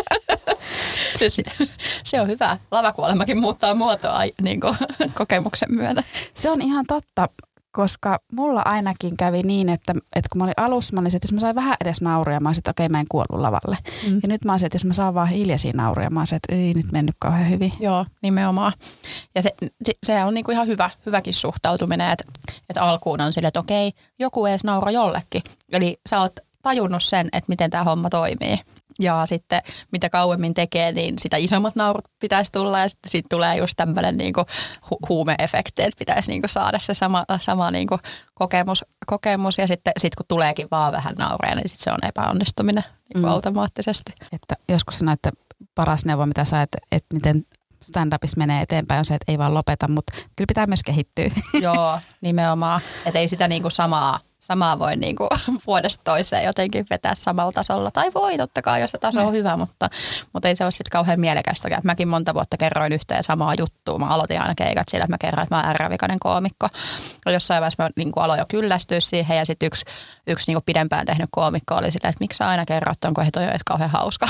se, se on hyvä. Lavakuolemakin muuttaa muotoa niin kuin kokemuksen myötä. Se on ihan totta. Koska mulla ainakin kävi niin, että, että kun mä olin alussa, mä olin, että jos mä sain vähän edes nauruja, mä olisin, että okei, mä en kuollut lavalle. Mm. Ja nyt mä olisin, että jos mä saan vaan hiljaisia nauruja, mä olisin, että ei nyt mennyt kauhean hyvin. Joo, nimenomaan. Ja se, se, se on niinku ihan hyvä, hyväkin suhtautuminen, että, että alkuun on sille, että okei, joku edes naura jollekin. Eli sä oot tajunnut sen, että miten tämä homma toimii. Ja sitten mitä kauemmin tekee, niin sitä isommat naurut pitäisi tulla ja sitten siitä tulee just tämmöinen niinku hu- huume-efekti, että pitäisi niinku saada se sama, sama niinku kokemus, kokemus ja sitten sit kun tuleekin vaan vähän naureja, niin sitten se on epäonnistuminen niinku mm. automaattisesti. Että joskus sanoin, että paras neuvo, mitä sä, että, että miten stand-upissa menee eteenpäin on se, että ei vaan lopeta, mutta kyllä pitää myös kehittyä. Joo, nimenomaan. Että ei sitä niinku samaa Samaa voi niinku vuodesta toiseen jotenkin vetää samalla tasolla. Tai voi totta kai, jos se taso on hyvä, mutta, mutta ei se ole sitten kauhean mielekästä. Mäkin monta vuotta kerroin yhteen samaa juttua. Mä aloitin aina keikat sillä, että mä kerroin, että mä oon ärrävikainen koomikko. Ja jossain vaiheessa mä niinku aloin jo kyllästyä siihen ja sitten yksi, yksi niinku pidempään tehnyt koomikko oli sillä, että miksi sä aina kerrot, onko he toi edes kauhean hauska.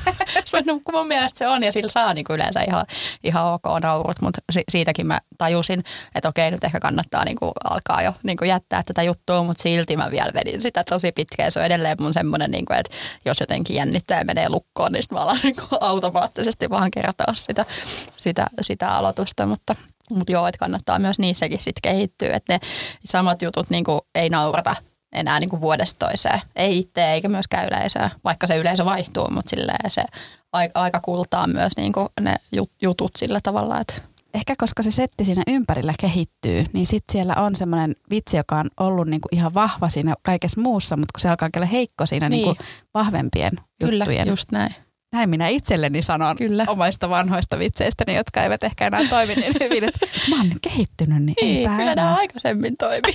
No, kun mun mielestä se on ja sillä saa niinku yleensä ihan, ihan ok naurut, mutta si- siitäkin mä tajusin, että okei nyt ehkä kannattaa niinku alkaa jo niinku jättää tätä juttua, mutta silti mä vielä vedin sitä tosi pitkään. Se on edelleen mun semmoinen, niinku, että jos jotenkin jännittää ja menee lukkoon, niin sitten mä alan niinku automaattisesti vaan kertoa sitä, sitä, sitä aloitusta, mutta Mutta joo, että kannattaa myös niissäkin sitten kehittyä, että ne samat jutut niinku ei naurata enää niinku vuodesta toiseen. Ei itse eikä myöskään yleisöä, vaikka se yleisö vaihtuu, mutta silleen se aika kultaa myös niinku ne jutut sillä tavalla, että ehkä koska se setti siinä ympärillä kehittyy, niin sitten siellä on semmoinen vitsi, joka on ollut niinku ihan vahva siinä kaikessa muussa, mutta kun se alkaa olla heikko siinä niin. niinku vahvempien juttujen. Kyllä, just näin. Näin minä itselleni sanon Kyllä. omista vanhoista vitseistäni, jotka eivät ehkä enää toimi niin hyvin, että mä oon kehittynyt, niin ei, ei tämä Kyllä enää. nämä aikaisemmin toimi.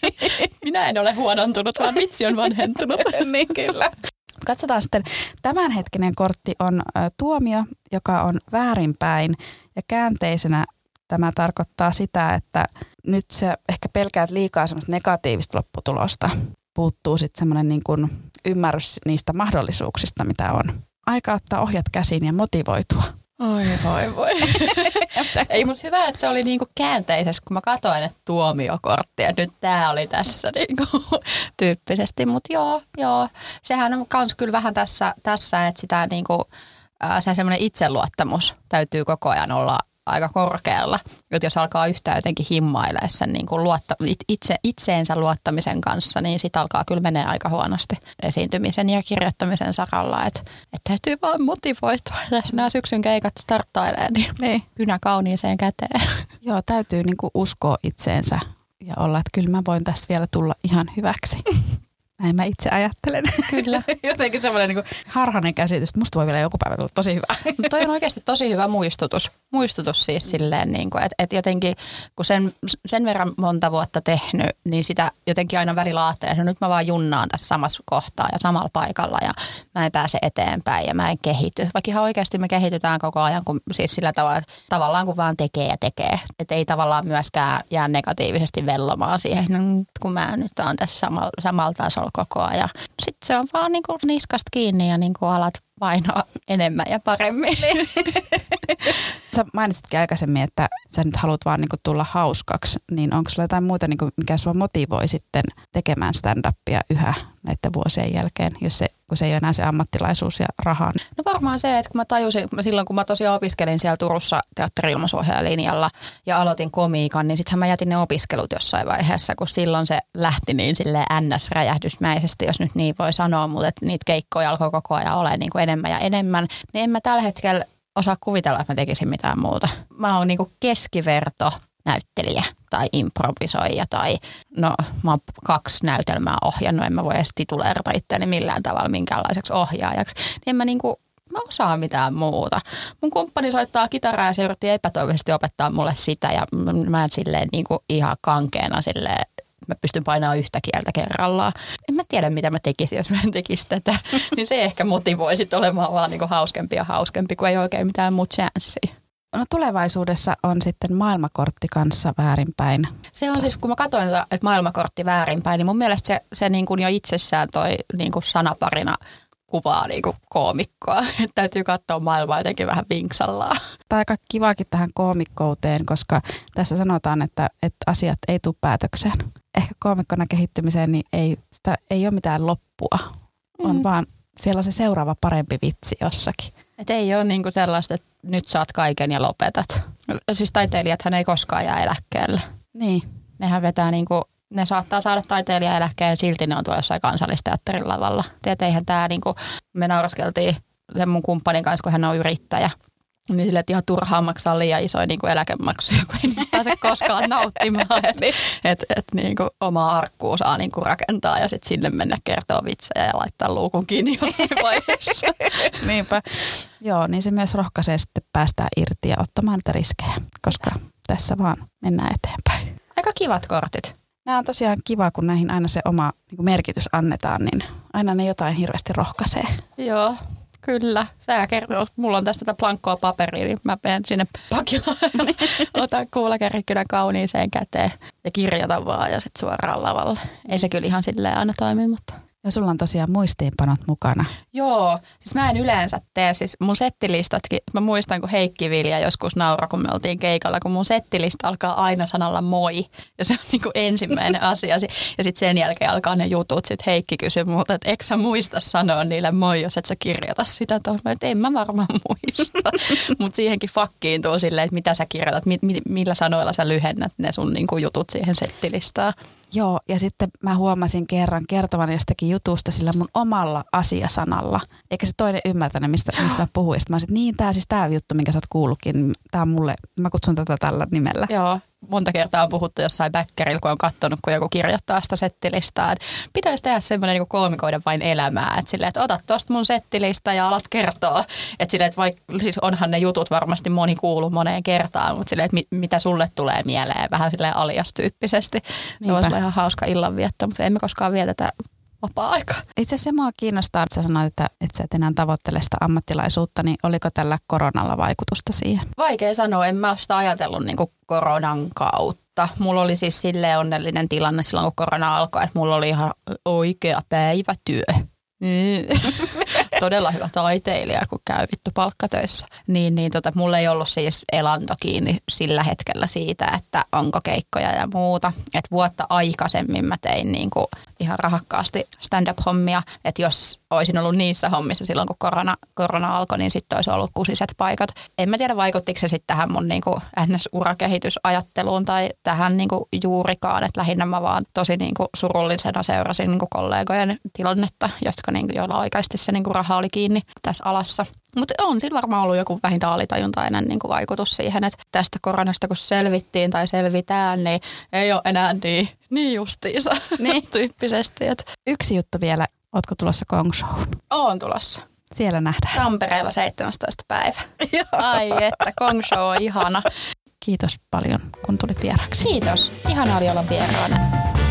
Minä en ole huonontunut, vaan vitsi on vanhentunut. Niin kyllä. Katsotaan sitten, tämänhetkinen kortti on ä, tuomio, joka on väärinpäin ja käänteisenä tämä tarkoittaa sitä, että nyt se ehkä pelkäät liikaa semmoista negatiivista lopputulosta. Puuttuu sitten semmoinen niin kuin ymmärrys niistä mahdollisuuksista, mitä on. Aika ottaa ohjat käsiin ja motivoitua. Oi voi voi. Ei, mutta hyvä, että se oli niinku käänteisessä, kun mä katsoin, että tuomiokortti ja nyt tää oli tässä niinku tyyppisesti. Mutta joo, joo, sehän on kans kyllä vähän tässä, tässä että sitä niinku, ää, se semmoinen itseluottamus täytyy koko ajan olla aika korkealla. Että jos alkaa yhtään jotenkin himmailemaan sen niin kuin luotta, itse, itseensä luottamisen kanssa, niin sit alkaa kyllä menee aika huonosti esiintymisen ja kirjoittamisen saralla. Että et täytyy vaan motivoitua. Ja jos nämä syksyn keikat starttailee, niin, niin. Kynä kauniiseen käteen. Joo, täytyy niin kuin uskoa itseensä ja olla, että kyllä mä voin tästä vielä tulla ihan hyväksi. Näin mä itse ajattelen. Kyllä. Jotenkin semmoinen niin harhainen käsitys, että musta voi vielä joku päivä tulla tosi hyvä. No toi on oikeasti tosi hyvä muistutus. Muistutus siis silleen, niin kuin, että, että jotenkin kun sen, sen verran monta vuotta tehnyt, niin sitä jotenkin aina välillä ajattelee, että no nyt mä vaan junnaan tässä samassa kohtaa ja samalla paikalla ja mä en pääse eteenpäin ja mä en kehity. Vaikka ihan oikeasti me kehitytään koko ajan, kun, siis sillä tavalla, että tavallaan kun vaan tekee ja tekee. Että ei tavallaan myöskään jää negatiivisesti vellomaan siihen, no, kun mä nyt oon tässä samalla, samalla tasolla koko ajan. Sitten se on vaan niin kuin niskasta kiinni ja niin kuin alat painoa enemmän ja paremmin. Sä mainitsitkin aikaisemmin, että sä nyt haluat vaan niin kuin tulla hauskaksi, niin onko sulla jotain muuta, niin kuin, mikä sua motivoi sitten tekemään stand-upia yhä näiden vuosien jälkeen, jos se, kun se ei ole enää se ammattilaisuus ja raha? No varmaan se, että kun mä tajusin, silloin kun mä tosiaan opiskelin siellä Turussa teatteri-ilmaisuohjaajalinjalla ja aloitin komiikan, niin sittenhän mä jätin ne opiskelut jossain vaiheessa, kun silloin se lähti niin silleen ns-räjähdysmäisesti, jos nyt niin voi sanoa, mutta että niitä keikkoja alkoi koko ajan olemaan niin kuin enemmän ja enemmän, niin en mä tällä hetkellä osaa kuvitella, että mä tekisin mitään muuta. Mä oon niinku keskiverto näyttelijä tai improvisoija tai no mä oon kaksi näytelmää ohjannut, en mä voi edes tituleerata itseäni millään tavalla minkäänlaiseksi ohjaajaksi. Niin en mä niinku, mä osaa mitään muuta. Mun kumppani soittaa kitaraa ja se yritti epätoivoisesti opettaa mulle sitä ja mä en silleen niinku ihan kankeena silleen, mä pystyn painamaan yhtä kieltä kerrallaan. En mä tiedä, mitä mä tekisin, jos mä en tekisi tätä. Niin se ehkä motivoi sit olemaan vaan niinku hauskempi ja hauskempi, kun ei oikein mitään muu chanssiä. No tulevaisuudessa on sitten maailmakortti kanssa väärinpäin. Se on siis, kun mä katsoin, että maailmakortti väärinpäin, niin mun mielestä se, se niin kuin jo itsessään toi niin kuin sanaparina kuvaa niinku koomikkoa. Että täytyy katsoa maailmaa jotenkin vähän vinksallaan. Tämä on aika kivakin tähän koomikkouteen, koska tässä sanotaan, että, että asiat ei tule päätökseen. Ehkä koomikkona kehittymiseen niin ei, sitä, ei ole mitään loppua. On mm. vaan siellä on se seuraava parempi vitsi jossakin. Että ei ole niinku sellaista, että nyt saat kaiken ja lopetat. Siis taiteilijathan ei koskaan jää eläkkeelle. Niin. Nehän vetää niinku, ne saattaa saada taiteilijaeläkkeen, silti ne on tuolla jossain Kansallisteatterin lavalla. Tiedät, eihän tää niinku, me nauraskeltiin sen mun kumppanin kanssa, kun hän on yrittäjä. Niin sille, että ihan turhaan maksaa liian isoja niinku eläkemaksuja, kun ei niistä pääse koskaan nauttimaan. Että et, et, niinku omaa arkkuu saa niinku rakentaa ja sitten sinne mennä kertoa vitsejä ja laittaa luukun kiinni jossain vaiheessa. Niinpä. Joo, niin se myös rohkaisee sitten päästään irti ja ottamaan niitä riskejä, koska tässä vaan mennään eteenpäin. Aika kivat kortit. Nämä on tosiaan kiva, kun näihin aina se oma niin merkitys annetaan, niin aina ne jotain hirveästi rohkaisee. Joo. Kyllä. Sä kertoo, mulla on tästä tätä plankkoa paperia, niin mä menen sinne pakilaan ja otan kuulakärikynän kauniiseen käteen ja kirjoitan vaan ja sitten suoraan lavalle. Ei se kyllä ihan silleen aina toimi, mutta... Ja sulla on tosiaan muistiinpanot mukana. Joo, siis mä en yleensä tee, siis mun settilistatkin, mä muistan kun Heikki Vilja joskus nauroi, kun me oltiin keikalla, kun mun settilista alkaa aina sanalla moi. Ja se on niin kuin ensimmäinen asia. Ja sitten sen jälkeen alkaa ne jutut, sitten Heikki kysyy multa, että eikö sä muista sanoa niille moi, jos et sä kirjoita sitä tuohon. Mä että en mä varmaan muista. Mutta siihenkin fakkiintuu silleen, että mitä sä kirjoitat, mi- mi- millä sanoilla sä lyhennät ne sun niin kuin jutut siihen settilistaan. Joo, ja sitten mä huomasin kerran kertovan jostakin jutusta sillä mun omalla asiasanalla. Eikä se toinen ymmärtänyt, mistä, mistä mä puhuin. Sitten mä olisin, että niin, tää siis tää juttu, minkä sä oot kuullutkin, tää on mulle, mä kutsun tätä tällä nimellä. Joo, monta kertaa on puhuttu jossain bäkkärillä, kun on katsonut, kun joku kirjoittaa sitä settilistaa. Pitäisi tehdä semmoinen niin koomikoiden vain elämää. Että silleen, että otat tosta mun settilista ja alat kertoa. Että silleen, että vaikka, siis onhan ne jutut varmasti moni kuullut moneen kertaan, mutta silleen, että mit, mitä sulle tulee mieleen, vähän silleen alias-tyyppisesti. Se voisi olla ihan hauska illanvietto, mutta emme koskaan vietetä vapaa-aikaa. Itse asiassa mua kiinnostaa, että sä sanoit, että, että sä et enää tavoittele sitä ammattilaisuutta, niin oliko tällä koronalla vaikutusta siihen? Vaikea sanoa, en mä ole sitä ajatellut niin kuin koronan kautta. Mulla oli siis silleen onnellinen tilanne silloin, kun korona alkoi, että mulla oli ihan oikea päivätyö. Todella hyvä taiteilija, kun käy vittu palkkatöissä. Niin, niin tota, mulla ei ollut siis elanto kiinni sillä hetkellä siitä, että onko keikkoja ja muuta. Et vuotta aikaisemmin mä tein niinku ihan rahakkaasti stand-up-hommia. Että jos olisin ollut niissä hommissa silloin, kun korona, korona alkoi, niin sitten olisi ollut kusiset paikat. En mä tiedä, vaikuttiko se sitten tähän mun niinku N S-urakehitysajatteluun tai tähän niinku juurikaan. Että lähinnä mä vaan tosi niinku surullisena seurasin niinku kollegojen tilannetta, jotka niinku, joilla oikeasti se niinku raha oli kiinni tässä alassa. Mutta on sillä varmaan ollut joku vähintään alitajuntainen niinku vaikutus siihen, että tästä koronasta kun selvittiin tai selvitään, niin ei ole enää niin, niin justiinsa niin. tyyppisesti. Et. Yksi juttu vielä. Ootko tulossa Kong Showhun? Oon tulossa. Siellä nähdään. Tampereella seitsemästoista päivä. Ai että, Kong Show on ihana. Kiitos paljon, kun tulit vieraksi. Kiitos. Ihana oli olla vieraana.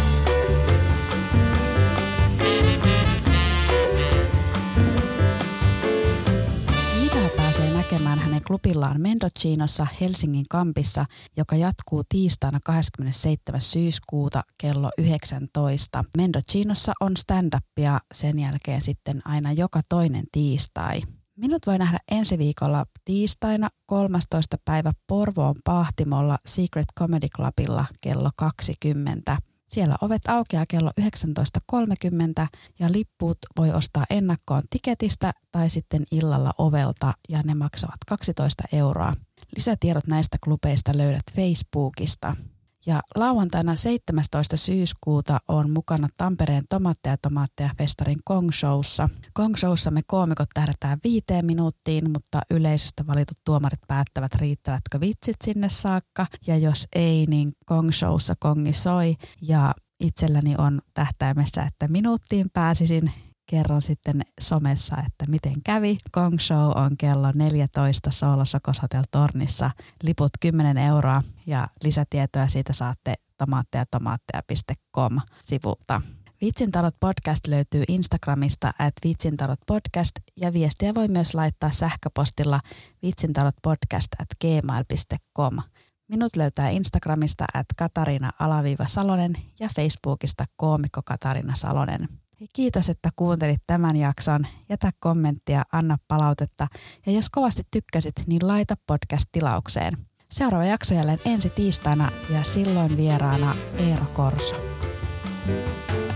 Pääsee näkemään hänen klubillaan Mendocinossa Helsingin kampissa, joka jatkuu tiistaina kahdeskymmenesseitsemäs syyskuuta kello yhdeksäntoista. Mendocinossa on stand-upia sen jälkeen sitten aina joka toinen tiistai. Minut voi nähdä ensi viikolla tiistaina kolmastoista päivä Porvoon Pahtimolla Secret Comedy Clubilla kello kaksikymmentä. Siellä ovet aukeaa kello yhdeksäntoista kolmekymmentä ja lippuut voi ostaa ennakkoon tiketistä tai sitten illalla ovelta ja ne maksavat kaksitoista euroa. Lisätiedot näistä klubeista löydät Facebookista. Ja lauantaina seitsemästoista syyskuuta on mukana Tampereen Tomaatteja Tomaatteja festarin Kong Showssa. Kong Showssa me koomikot tähdätään viiteen minuuttiin, mutta yleisöstä valitut tuomarit päättävät riittävätkö vitsit sinne saakka. Ja jos ei, niin Kong Showssa kongi soi ja itselläni on tähtäimessä, että minuuttiin pääsisin. Kerron sitten somessa, että miten kävi. Kong Show on kello neljätoista Soolo Sokos Hotel Tornissa. Liput kymmenen euroa ja lisätietoja siitä saatte tomaatteja tomaatteja piste com sivulta. Vitsintarot podcast löytyy Instagramista at vitsintarot podcast ja viestiä voi myös laittaa sähköpostilla vitsintarotpodcast at gmail piste com. Minut löytää Instagramista at Katariina alaviiva Salonen ja Facebookista koomikko Katariina Salonen. Hei, kiitos, että kuuntelit tämän jakson. Jätä kommenttia, anna palautetta ja jos kovasti tykkäsit, niin laita podcast-tilaukseen. Seuraava jakso jälleen ensi tiistaina ja silloin vieraana Eero Korso.